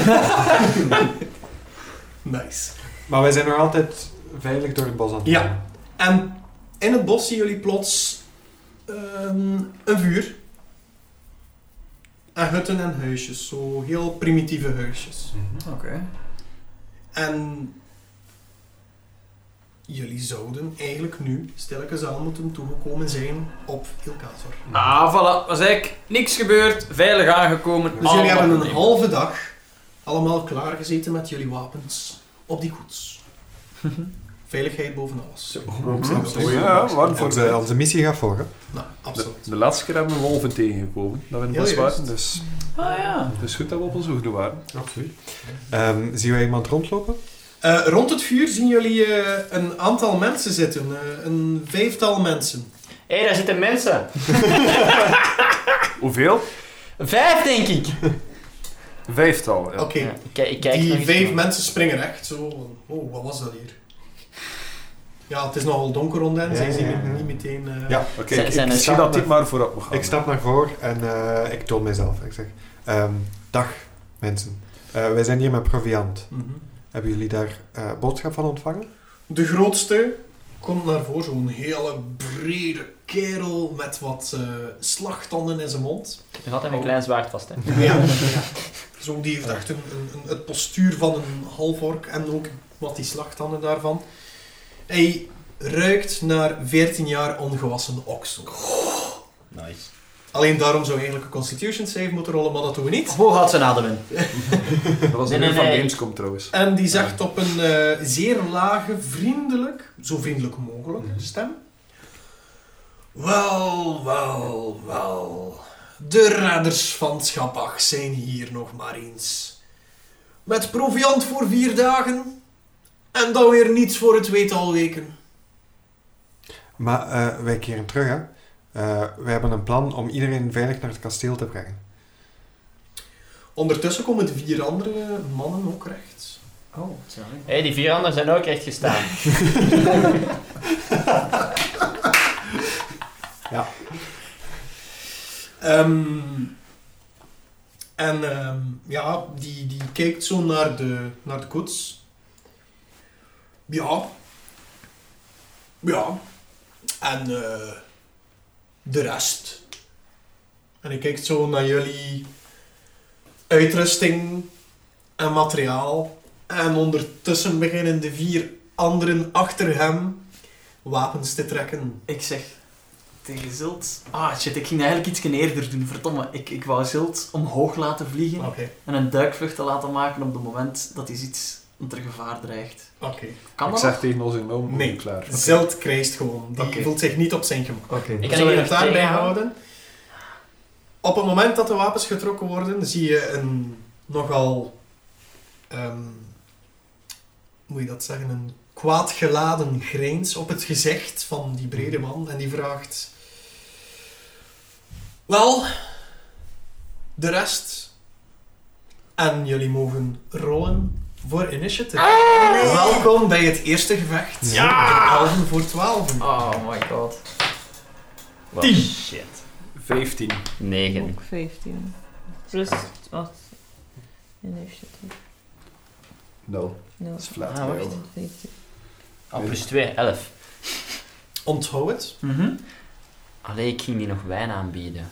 Nice. Maar wij zijn nog altijd veilig door het bos aan het Ja. gaan. En in het bos zien jullie plots een vuur. En hutten en huisjes, zo heel primitieve huisjes. Oké. En jullie zouden eigenlijk nu stilletjes aan moeten toegekomen zijn op Ilkator. Ah, voilà. Was eigenlijk niks gebeurd. Veilig aangekomen. Dus jullie hebben een half. halve dag allemaal klaargezeten met jullie wapens op die koets. Veiligheid boven alles. Absoluut. Ja, waarom voor Onze missie gaat voor, hè? Nou, absoluut. de laatste keer hebben we wolven tegengekomen. Dat we in het bos Heel waren. juist. Dus Ah ja. het is goed dat we op onze hoede waren. Absoluut. Zien wij iemand rondlopen? Rond het vuur zien jullie een aantal mensen zitten. Een 5-tal mensen. Hé, daar zitten mensen! Hoeveel? 5, denk ik! Vijftal, ja. Oké, Ja, ik kijk nog die eens 5 naar. mensen springen recht. Zo, van, oh, wat was dat hier? Ja, het is nogal donker rond hen. Ja, Zij zien ja, ja. niet meteen... Ja. Oké, Zijn ik er zie dat dit maar voorop mag gaan. Ik stap naar voren en ik toon mezelf. Ik zeg, dag mensen. Wij zijn hier met proviant. Mhm. Hebben jullie daar boodschap van ontvangen? De grootste komt naar voren. Zo'n hele brede kerel met wat slagtanden in zijn mond. Er had hem een klein zwaard vast, hè. Ja. Zo, die heeft echt het postuur van een halfork en ook wat die slagtanden daarvan. Hij ruikt naar 14 jaar ongewassen oksel. Nice. Alleen daarom zou je eigenlijk een Constitution save moeten rollen, maar dat doen we niet. Hoe gaat zijn adem in? Dat was een Nee, van nee. Gamescom trouwens. En die zegt op een zeer lage, zo vriendelijk mogelijk stem. Wel, wel, wel. De redders van Schabach zijn hier nog maar eens. Met proviand voor 4 dagen. En dan weer niets voor het tweetal weken. Maar wij keren terug, hè. Wij hebben een plan om iedereen veilig naar het kasteel te brengen. Ondertussen komen de 4 andere mannen ook recht. Oh, sorry. Hé, die 4 anderen zijn ook recht gestaan. Ja. Ja, die kijkt zo naar de koets. Ja. Ja. En de rest. En hij kijkt zo naar jullie uitrusting en materiaal. En ondertussen beginnen de 4 anderen achter hem wapens te trekken. Ik zeg tegen Zilt... Ah, shit, ik ging eigenlijk iets eerder doen. Verdomme, ik wou Zilt omhoog laten vliegen Oké. en een duikvlucht te laten maken op het moment dat hij ziet dat er gevaar dreigt. Oké. Kan Ik dat zeg nog? tegen onze gnome, Nee. klaar. Zeld krijst gewoon. Die Oké. voelt zich niet op zijn gemak. Oké. Ik Ik kan zal hier je nog het daarbij tegenhouden. houden. Op het moment dat de wapens getrokken worden, zie je een nogal... moet je dat zeggen? Een kwaad geladen grijns op het gezicht van die brede man. En die vraagt... Wel, de rest. En jullie mogen rollen voor initiative. Welkom bij het eerste gevecht. Ja! 11 voor 12. Oh my god. 10. Shit. 15. 9. Ook 15. Plus 8. Initiative. 0. No. Dat is flat. Ah, wacht. 15. Oh, plus 2, 11. Onthoud het. Allee, ik ging die nog wijn aanbieden.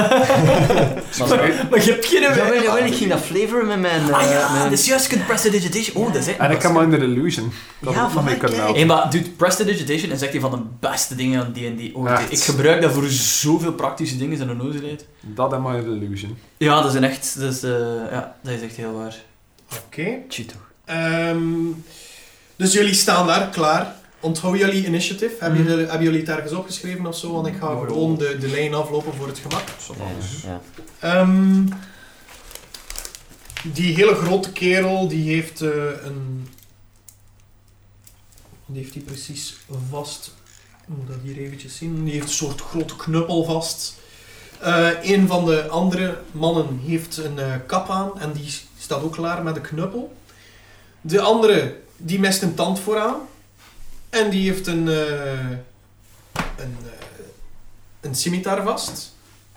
Maar je hebt geen... Jawel, ik ging dat flavoren met mijn... Ah ja, mijn- dus juist, je kunt Prestidigitation. Oh, dat is echt... En ik heb Under Illusion. Dat Ja, ook nog mee van kunnen mij, helpen. Hey, maar dude, Prestidigitation is echt een van de beste dingen aan D&D ooit. Echt. Ik gebruik dat voor zoveel praktische dingen in een nozelheid. Dat en Under Illusion. Ja, dat is echt... ja, dat is echt heel waar. Oké. Tjie toch. Dus jullie staan daar, klaar. Onthouden jullie initiative? Hebben jullie het ergens opgeschreven of zo? Want ik ga gewoon de lijn aflopen voor het gemak. Ja. Die hele grote kerel, die heeft een... Wat heeft hij precies vast? Ik moet dat hier eventjes zien. Die heeft een soort grote knuppel vast. Een van de andere mannen heeft een kap aan en die staat ook klaar met een knuppel. De andere, die mest een tand vooraan. En die heeft een scimitar vast.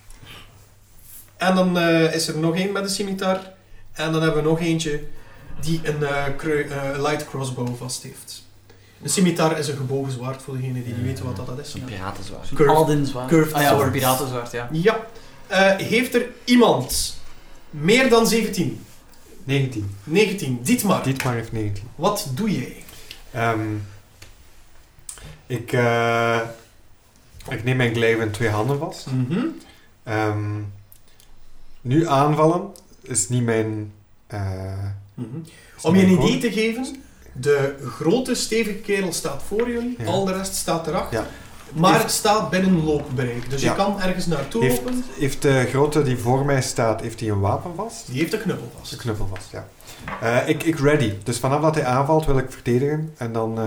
En dan is er nog één met een scimitar. En dan hebben we nog eentje die een light crossbow vast heeft. Een scimitar is een gebogen zwaard voor degenen die niet weten wat dat is. Een piratenzwaard. Curved- Aladdin zwaard. curved Ah ja, voor sword. piratenzwaard, ja. Ja. Heeft er iemand meer dan 17? 19. 19. Dietmar, Dietmar heeft 19. wat doe jij? Ik neem mijn glaive in 2 handen vast. Mhm. Nu aanvallen is niet mijn... Mhm. is Om niet je een mijn idee te geven, de grote stevige kerel staat voor jullie, Ja. al de rest staat erachter. Ja. Maar staat binnen loopbereik, dus Ja. je kan ergens naartoe Heeft- lopen. Heeft de grote die voor mij staat, heeft hij een wapen vast? Die heeft een knuppel vast. De knuppel vast, ja. Ik ready. Dus vanaf dat hij aanvalt wil ik verdedigen. En dan...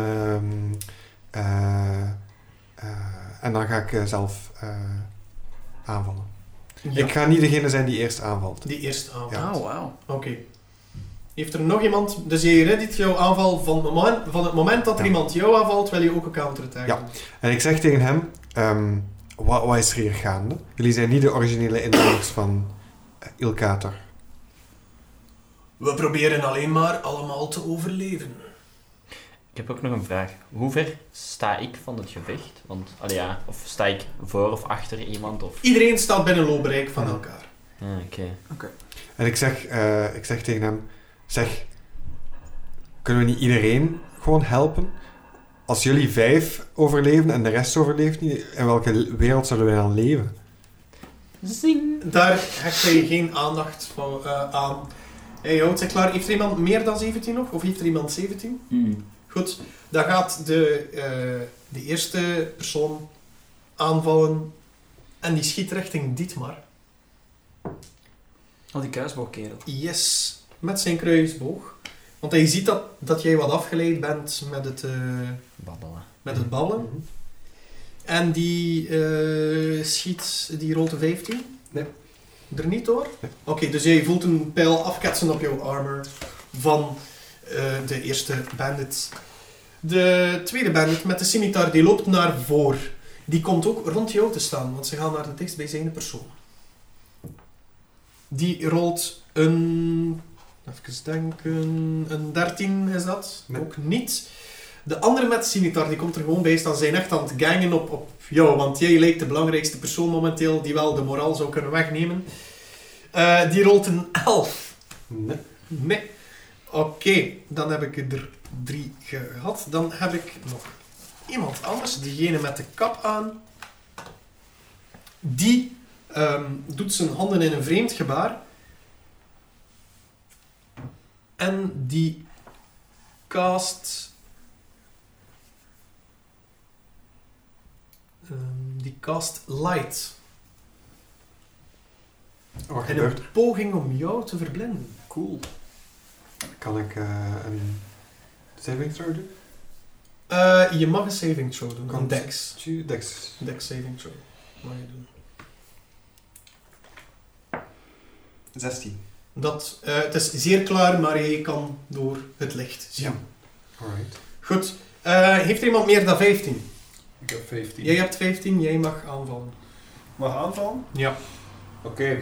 en dan ga ik zelf aanvallen. Ja, Ik ga niet degene zijn die eerst aanvalt. die eerste aanval. Ja. Oh, wauw. Oké. Heeft er nog iemand... Dus je reddit jouw aanval van het moment dat er Ja. iemand jou aanvalt, wil je ook een counterattack Ja. doen. En ik zeg tegen hem, wat is er hier gaande? Jullie zijn niet de originele inwoners van Ilkator. We proberen alleen maar allemaal te overleven. Ik heb ook nog een vraag. Hoe ver sta ik van het gevecht? Want, of sta ik voor of achter iemand? Of... Iedereen staat binnen loopbereik van elkaar. Oké. En ik zeg tegen hem, kunnen we niet iedereen gewoon helpen? Als jullie 5 overleven en de rest overleeft niet, in welke wereld zouden wij dan leven? Zing! Daar hecht hij geen aandacht van, aan. Hij houdt zich klaar. Heeft er iemand meer dan 17 nog? Of heeft er iemand 17? Goed, dan gaat de eerste persoon aanvallen en die schiet richting Dietmar. Oh, die kruisboogkerel. Yes, met zijn kruisboog. Want hij ziet dat jij wat afgeleid bent met het Babbelen. ballen. En die schiet, die rolt een 15? Nee. Er niet door? Nee. Oké, dus jij voelt een pijl afketsen op jouw armor van de eerste bandit. De tweede bandit met de scimitar, die loopt naar voor. Die komt ook rond jou te staan, want ze gaan naar de dichtstbijzijnde persoon. Die rolt een... Even denken... Een 13 is dat? Nee. Ook niet. De andere met de scimitar, die komt er gewoon bij staan. Ze zijn echt aan het gangen op jou, want jij lijkt de belangrijkste persoon momenteel die wel de moraal zou kunnen wegnemen. Die rolt een 11. Nee. Oké, dan heb ik er 3 gehad. Dan heb ik nog iemand anders, diegene met de kap aan. Die doet zijn handen in een vreemd gebaar. En die cast... light. Wat In gebeurt een poging om jou te verblinden. Cool. Kan ik een saving throw doen? Je mag een saving throw doen. Een dex. Dex. Dex saving throw. Mag je doen. 16. Het is zeer klaar, maar je kan door het licht zien. Ja. Alright. Goed. Heeft er iemand meer dan 15? Ik heb 15. Jij hebt 15, jij mag aanvallen. Mag aanvallen? Ja. Oké.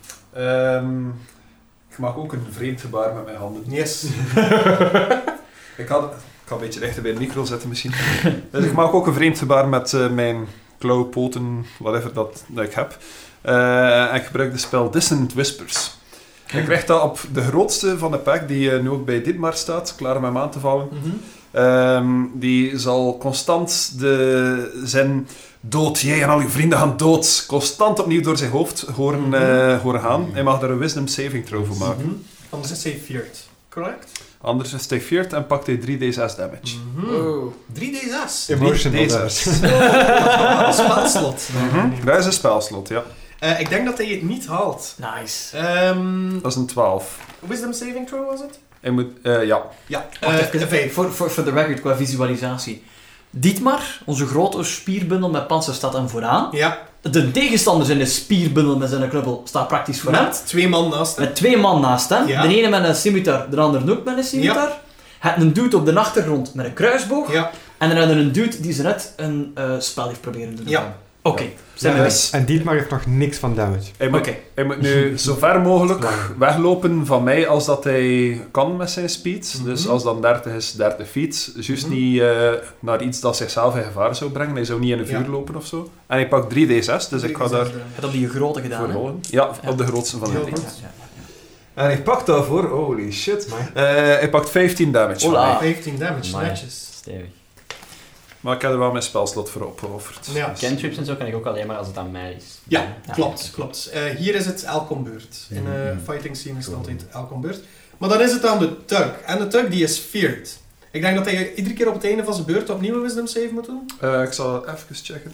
Ik maak ook een vreemd gebaar met mijn handen. Yes. Ik kan een beetje rechter bij de micro zetten misschien. Dus ik maak ook een vreemd gebaar met mijn klauwen, poten, whatever dat ik heb. En ik gebruik de spel Dissonant Whispers. Ik krijg dat op de grootste van de pack, die nu ook bij Dietmar staat, klaar om hem aan te vallen. Die zal constant de zin dood, jij en al je vrienden gaan dood, constant opnieuw door zijn hoofd horen gaan. Hij mag daar een wisdom saving throw voor maken. Anders is hij feared. Correct? Anders is hij feared en pakt hij 3d6 damage. Oh. 3d6. Emotional 3d6. Een spelslot. Dat is een spelslot, ja. Ik denk dat hij het niet haalt. Nice. Dat is een 12. Wisdom saving throw was het? Hij moet, ja. Ja. Wacht even, 5. voor de record, qua visualisatie. Dietmar, onze grote spierbundel met panzer, staat hem vooraan. Ja. De tegenstander in de spierbundel met zijn knuppel staat praktisch voor hem. Met 2 man naast hem. Met 2 man naast hem. Ja. De ene met een scimitar, de andere ook met een scimitar. Ja. Het een dude op de achtergrond met een kruisboog. Ja. En dan hebben we een dude die ze net een spel heeft proberen te doen. Ja. Oké, zijn we mee. Dus En Dietmar heeft nog niks van damage. hij moet nu zo ver mogelijk Lang. weglopen van mij als dat hij kan met zijn speed. Dus als dan 30 is, 30 feet. Juist niet naar iets dat zichzelf in gevaar zou brengen. Hij zou niet in een vuur lopen of zo. En hij pakt 3d6, dus ik ga daar Het op die grote gedaan, voor hè? rollen. Ja, op de grootste van de Heel drie. goed. En hij pakt daarvoor, holy shit, Maar hij pakt 15 damage van Hola. mij. 15 damage, Amai. netjes. Stevig. Maar ik heb er wel mijn spelslot voor opgeofferd. Ja. Dus- Cantrips en zo kan ik ook alleen maar als het aan mij is. Ja, Ja. klopt. Hier is het elkom beurt. In fighting scene is het altijd elkom beurt. Maar dan is het aan de Tug. En de Tug die is feared. Ik denk dat hij iedere keer op het einde van zijn beurt opnieuw een wisdom save moet doen. Ik zal het even checken.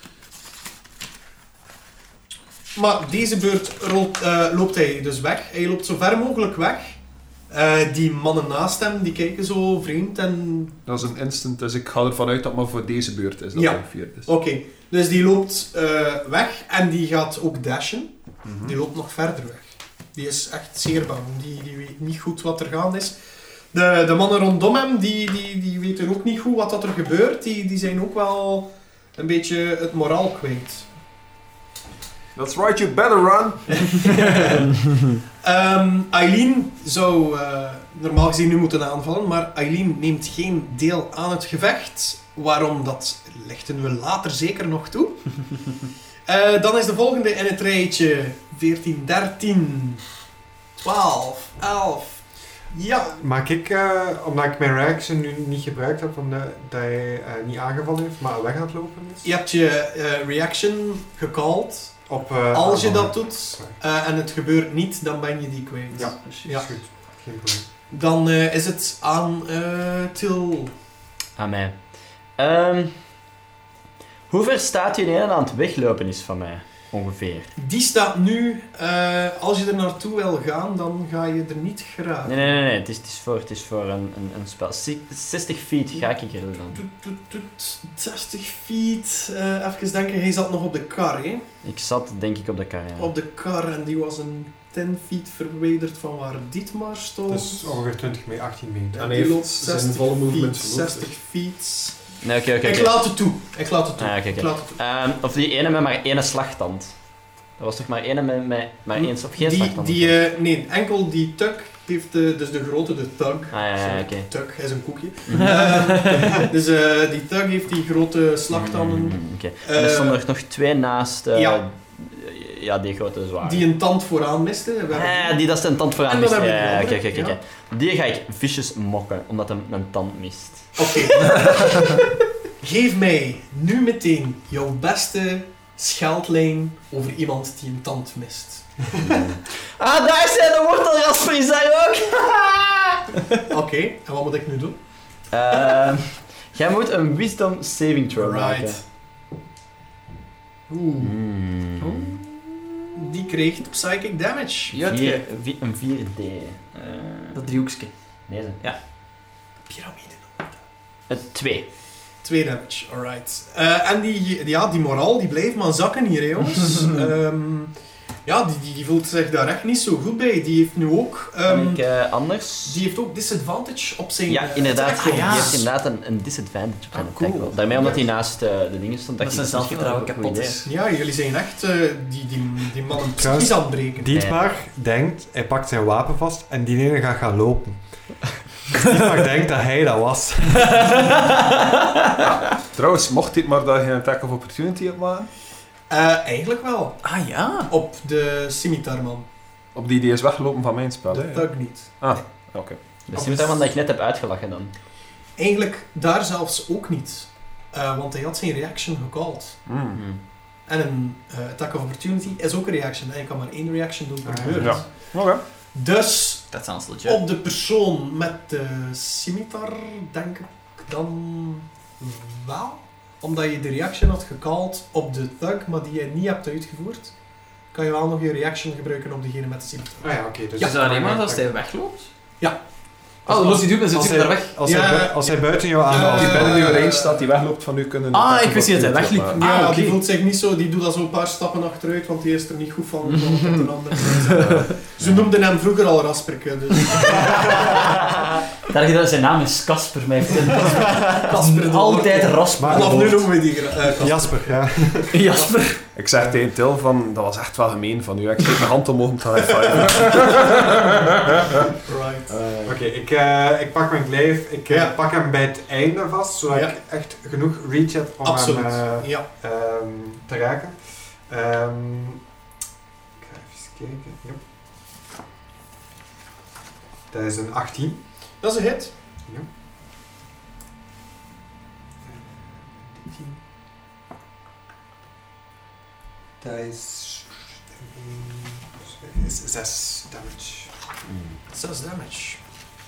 Maar deze beurt loopt hij dus weg. Hij loopt zo ver mogelijk weg. Die mannen naast hem, die kijken zo vreemd en... Dat is een instant, dus ik ga ervan uit dat het maar voor deze beurt is dat Ja. hij feared is. Oké, dus die loopt weg en die gaat ook dashen. Mhm. Die loopt nog verder weg. Die is echt zeer bang. Die weet niet goed wat er gaande is. De mannen rondom hem, die weten ook niet goed wat dat er gebeurt. Die zijn ook wel een beetje het moraal kwijt. That's right, you better run. Eileen zou normaal gezien nu moeten aanvallen, maar Eileen neemt geen deel aan het gevecht. Waarom, dat lichten we later zeker nog toe. Dan is de volgende in het rijtje 14, 13, 12, 11. Ja. Maak ik, omdat ik mijn reaction nu niet gebruikt heb, omdat hij niet aangevallen heeft, maar weg aan het lopen is? Je hebt je reaction gecalled. Op, Als je aanvallen. dat doet en het gebeurt niet, dan ben je die kwijt. Ja, Ja. is goed. Geen probleem. Dan is het aan Til. Aan mij. Hoe ver staat je aan het weglopen is van mij? Ongeveer. Die staat nu, als je er naartoe wil gaan, dan ga je er niet geraken. Nee. Het is voor een spel. 60 feet ga ik er dan. 60 feet. Even denken, hij zat nog op de kar, hè? Ik zat denk ik op de kar, ja. Op de kar en die was een 10 feet verwijderd van waar Dietmar stond. Dus ongeveer 20 meter, 18 meter. En hij die heeft loopt zijn 60 volle movement feet. verloren. 60 feet. Nee, oké. Ik laat het toe. Ah, oké. Ik laat het toe. Of die ene met maar één slagtand. Er was toch maar ene met maar één of geen Die, slagtand? nee, enkel die Tug heeft dus de grote, de Tug. Ja, Sorry, oké. Tug is een koekje. Dus die Tug heeft die grote slagtanden. Oké. En er stonden er nog twee naast. Ja. Ja, die grote zware. Die een tand vooraan miste. We hebben Die dat is een tand vooraan En mist. dan Ja, hebben we die oké. andere, Die ga ik vicious mokken, omdat hem een tand mist. Oké. Geef mij nu meteen jouw beste scheldlijn over iemand die een tand mist. Daar zijn de wortelrasper, is daar ook! Oké, en wat moet ik nu doen? Jij moet een wisdom saving throw maken. Right. Oeh. Die kreeg psychic damage. Jutke. Een 4D. Dat driehoekje. Deze. Piramide. 2. 2 damage, alright. En die moraal die blijft maar zakken hier, hè, jongens. Die voelt zich daar echt niet zo goed bij. Die heeft nu ook... Anders? Die heeft ook disadvantage op zijn... Ja, inderdaad. attack rolls. Die heeft inderdaad een disadvantage op zijn cool. attack roll. Daarmee omdat hij naast de dingen stond. Dat dacht zijn ik, misschien wel zelfvertrouwen een goed kapot idee. is. Ja, jullie zijn echt die mannen Trouwens, precies aan het breken. Dietmar denkt, hij pakt zijn wapen vast en die ene gaat gaan lopen. Dietmar denkt dat hij dat was. Trouwens, mocht dit maar daar geen attack of opportunity op maken? Eigenlijk wel. Ah ja. Op de scimitarman. Op die is weggelopen van mijn spel. De hè? Tug niet. Oké. Dus je moet daarvan dat ik net heb uitgelachen dan. Eigenlijk daar zelfs ook niet. Want hij had zijn reaction gecalled. En een attack of opportunity is ook een reaction. En je kan maar 1 reaction doen per beurt. Ja. Oké. Dus Dat sounds legit. op de persoon met de scimitar denk ik dan wel. Omdat je de reaction had gecalled op de thug, maar die je niet hebt uitgevoerd, kan je wel nog je reaction gebruiken op degene met de scimitar. Ah ja, oké. Dus Is dat alleen maar als hij wegloopt? Ja. Oh, dan loopt hij doen en zit Als hij daar weg. Als hij buiten jou Als aanvalt. die binnen uw range staat, die wegloopt van u, kunnen... Ah, ik wist niet dat hij wegliep. opnemen. Ja, oké. die voelt zich niet zo, die doet al zo een paar stappen achteruit, want die is er niet goed van op een ander. Ze noemden hem vroeger al Rasperke, dus... Daar dat zijn naam is Casper, mij heeft Casper de altijd Lorke. Rasper. Maar- Vanaf nu noemen we die Casper. Jasper, ja. Jasper. Ik zeg tegen Til van, dat was echt wel gemeen van u. Ik steek mijn hand omhoog om te high-fiven. Right. Oké, ik pak mijn glaive. Ik Ja. pak hem bij het einde vast, zodat Ja. ik echt genoeg reach heb om Absoluut. hem Ja. te raken. Ik ga even kijken. Yep. Dat is een 18. Dat is een hit. Ja. Dat is 6 damage. 6 damage.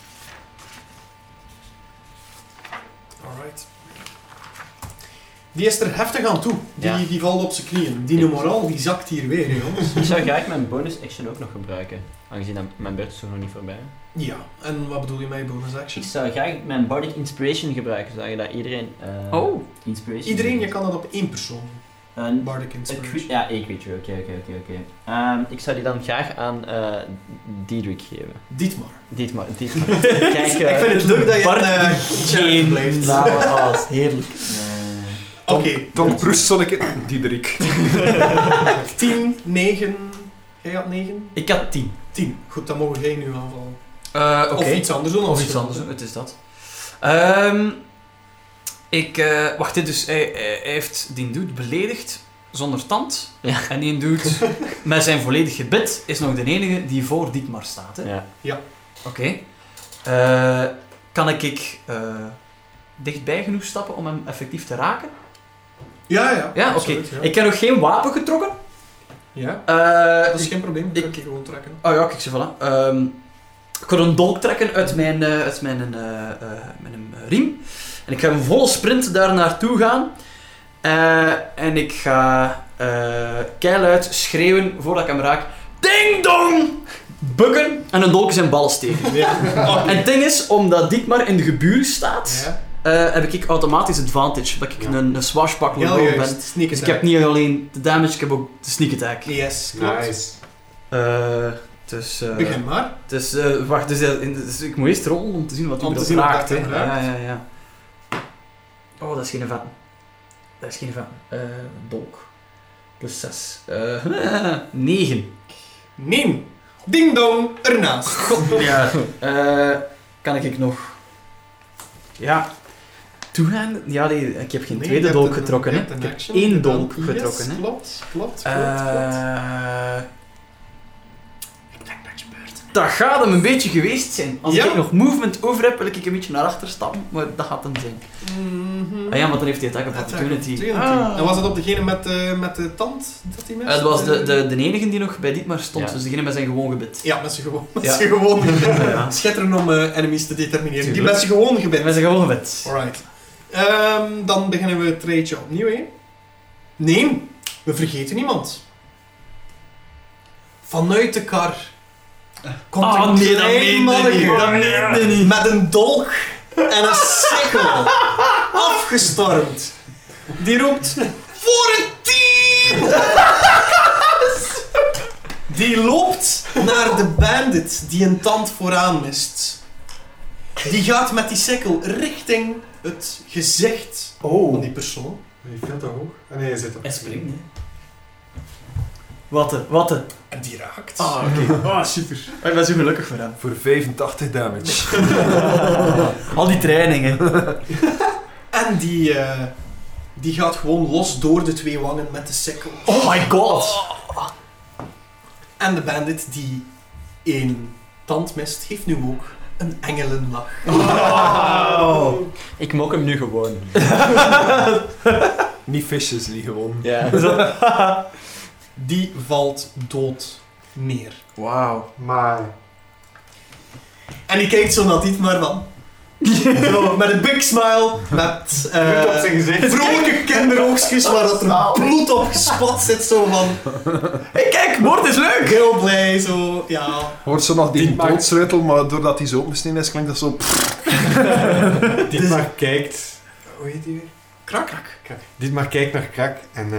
Alright. Die is er heftig aan toe. Ja. Die valt op zijn knieën. Die moraal die zakt hier weer, hè, jongens. Ik zou graag mijn bonus action ook nog gebruiken. Aangezien dat mijn beurt is toch nog niet voorbij. Ja, en wat bedoel je met je bonus action? Ik zou graag mijn Bardic Inspiration gebruiken, zodat iedereen Oh. Inspiration Iedereen, je heeft. kan dat op 1 persoon doen. Een Bardic Inspiration. Ja, A-creature, oké. Ik zou die dan graag aan Diedrich geven. Dietmar. Kijk, Ik vind het leuk dat je Bart character blijft. dat is heerlijk. Oké. Tom Proest, Sonic, Diederik. 10, 9. Jij had 9? Ik had 10. 10. Goed, dan mogen jij nu aanvallen. Oké. Of iets anders doen. Of iets anders, het is dat. Wacht, dus hij heeft die dude beledigd zonder tand. Ja. En die dude met zijn volledig gebit is nog de enige die voor Dietmar staat. Hè? Ja. Oké. Kan ik dichtbij genoeg stappen om hem effectief te raken? Ja. Ja, oké. Absoluut, ja. Ik heb nog geen wapen getrokken. Ja, Eh, dat is geen probleem. Dat ik- kan je gewoon trekken. Oh ja, kijk, voilà. Ik ga een dolk trekken uit mijn riem. En ik ga een volle sprint daar naartoe gaan. En ik ga keiluid schreeuwen voordat ik hem raak. Ding dong! Bukken en een dolk in zijn ballen steken. Ja. En het ding is, omdat Dietmar in de gebuur staat, heb ik automatisch advantage. Dat ik Ja. een swashbuckler Heel ben. juist. Sneak Dus ik attack. heb niet alleen de damage, ik heb ook de sneak attack. Yes, klopt. Nice. Dus, Begin maar. wacht, dus ik moet eerst rollen om te zien wat Om hij te dat zien of raakt. dat Hè. hem raakt. Ja. Oh, dat is geen vetten. Dat is geen vetten. Dolk. Plus 6. 9. Nee. Ding dong, ernaast. Ja. Kan ik nog... Ja. Toegaan? Ja, nee, ik heb geen Nee, tweede je dolk hebt een- getrokken. je Hè. hebt een Ik heb action 1 gedaan. dolk Yes, getrokken. Hè. Klopt. Ik denk dat je beurt. Dat gaat hem een beetje geweest zijn. Als Ja. ik nog movement over heb, wil ik een beetje naar achter stappen, maar dat gaat hem zijn. Ah ja, want dan heeft hij attack of opportunity. En was het op degene met de tand dat hij mist? Het was de enige die nog bij Dietmar stond, Ja. dus degene met zijn gewoon gebit. Ja, met zijn gewoon. Ja. Gebit. Schitteren om enemies te determineren. Die Tuurlijk. met zijn gewoon gebit. Met zijn gewoon gebit. Alright. Dan beginnen we het rijtje opnieuw, hè. Nee, we vergeten iemand. Vanuit de kar komt een klein manneke met een dolk en een sikkel afgestormd. Die roept voor een team! Die loopt naar de bandit die een tand vooraan mist. Die gaat met die sikkel richting het gezicht van die persoon. Die viel toch hoog? Ah, nee, hij zit op. Hij springt, hè. Wat? En die raakt. Oké. Super. Ik ben zo gelukkig voor hem. Voor 85 damage. Al die trainingen. En die gaat gewoon los door de twee wangen met de sikkel. Oh my god. En de bandit die één tand mist, heeft nu ook een engelenlach. Ik mok hem nu gewoon. Niet visjes, die gewoon. Ja. Die valt dood neer. Wauw. Maar... En die kijkt zo naar Dietmar van. Zo, met een big smile, met Bloed op zijn gezicht. vrolijke kinderoogstjes waar dat er bloed op gespat zit. Zo van, Hey, kijk, moord is leuk. heel blij, zo, ja. Hoort zo nog die Dit maakt- doodsleutel, maar doordat hij zo opgesneden is, klinkt dat zo... Dietmar kijkt... Hoe heet die weer? Krak. Dietmar kijkt naar Krak en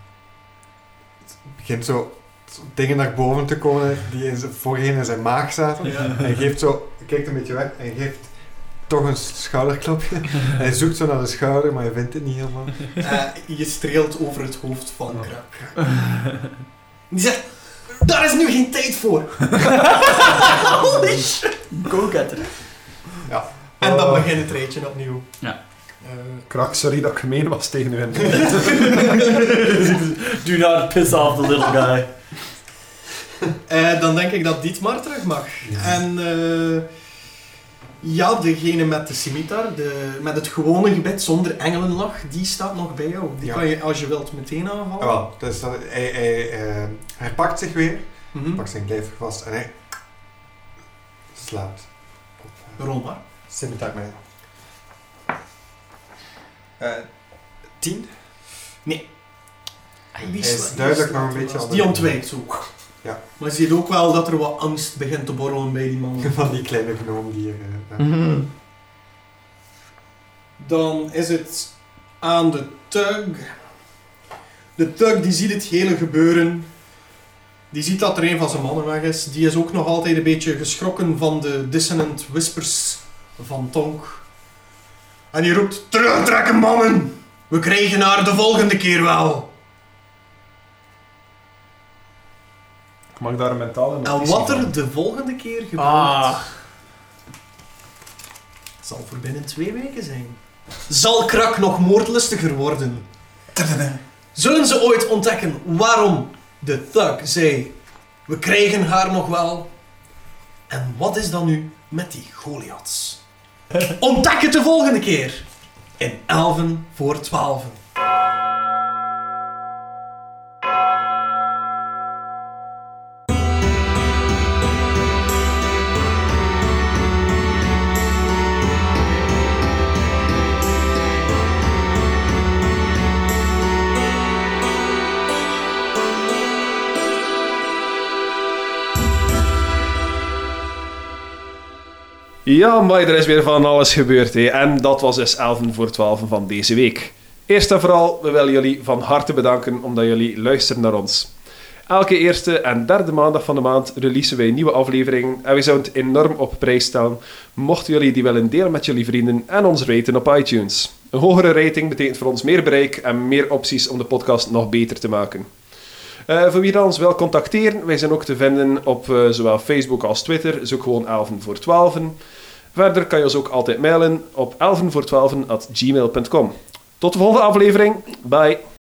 begint zo dingen naar boven te komen die voorheen in zijn maag zaten. Ja. Hij geeft zo, kijkt een beetje weg en geeft toch een schouderklopje. Hij zoekt zo naar de schouder, maar hij vindt het niet helemaal. Je streelt over het hoofd van Krak. Die zegt, daar is nu geen tijd voor. Holy shit. Go-getter. En dan begint het rijtje opnieuw. Ja. Krak, sorry dat ik gemeen was tegen u. Do not piss off the little guy. Dan denk ik dat Dietmar terug mag. Ja. En ja, degene met de scimitar, met het gewone gebed zonder engelenlach, die staat nog bij jou. Die Ja. kan je als je wilt meteen aanvallen. Wel, dus hij pakt zich weer, Mhm. pakt zijn lijf vast en hij slaat op Rol maar. scimitar mee. 10. Die Hij is duidelijk nog een beetje Die ontwijkt zo. Ja. Maar je ziet ook wel dat er wat angst begint te borrelen bij die man. van die kleine gnoom die hier... Mhm. Dan is het aan de tug. De thug die ziet het hele gebeuren. Die ziet dat er een van zijn mannen weg is. Die is ook nog altijd een beetje geschrokken van de dissonant whispers van Tonk. En die roept, terugtrekken mannen! We krijgen haar de volgende keer wel. Ik mag daar een mentale En notitie wat er van. de volgende keer gebeurt, zal voor binnen 2 weken zijn. Zal Krak nog moordlustiger worden? Zullen ze ooit ontdekken waarom de thug zei, we krijgen haar nog wel? En wat is dan nu met die Goliaths? Ontdek het de volgende keer in 11 voor 12. Ja, maar er is weer van alles gebeurd. Hè. En dat was dus 11 voor 12 van deze week. Eerst en vooral, we willen jullie van harte bedanken omdat jullie luisteren naar ons. Elke eerste en derde maandag van de maand releasen wij een nieuwe aflevering en we zouden het enorm op prijs stellen mochten jullie die willen delen met jullie vrienden en ons raten op iTunes. Een hogere rating betekent voor ons meer bereik en meer opties om de podcast nog beter te maken. Voor wie dan ons wil contacteren, wij zijn ook te vinden op zowel Facebook als Twitter, zoek gewoon 11 voor 12. Verder kan je ons ook altijd mailen op 11voor12@gmail.com. Tot de volgende aflevering. Bye.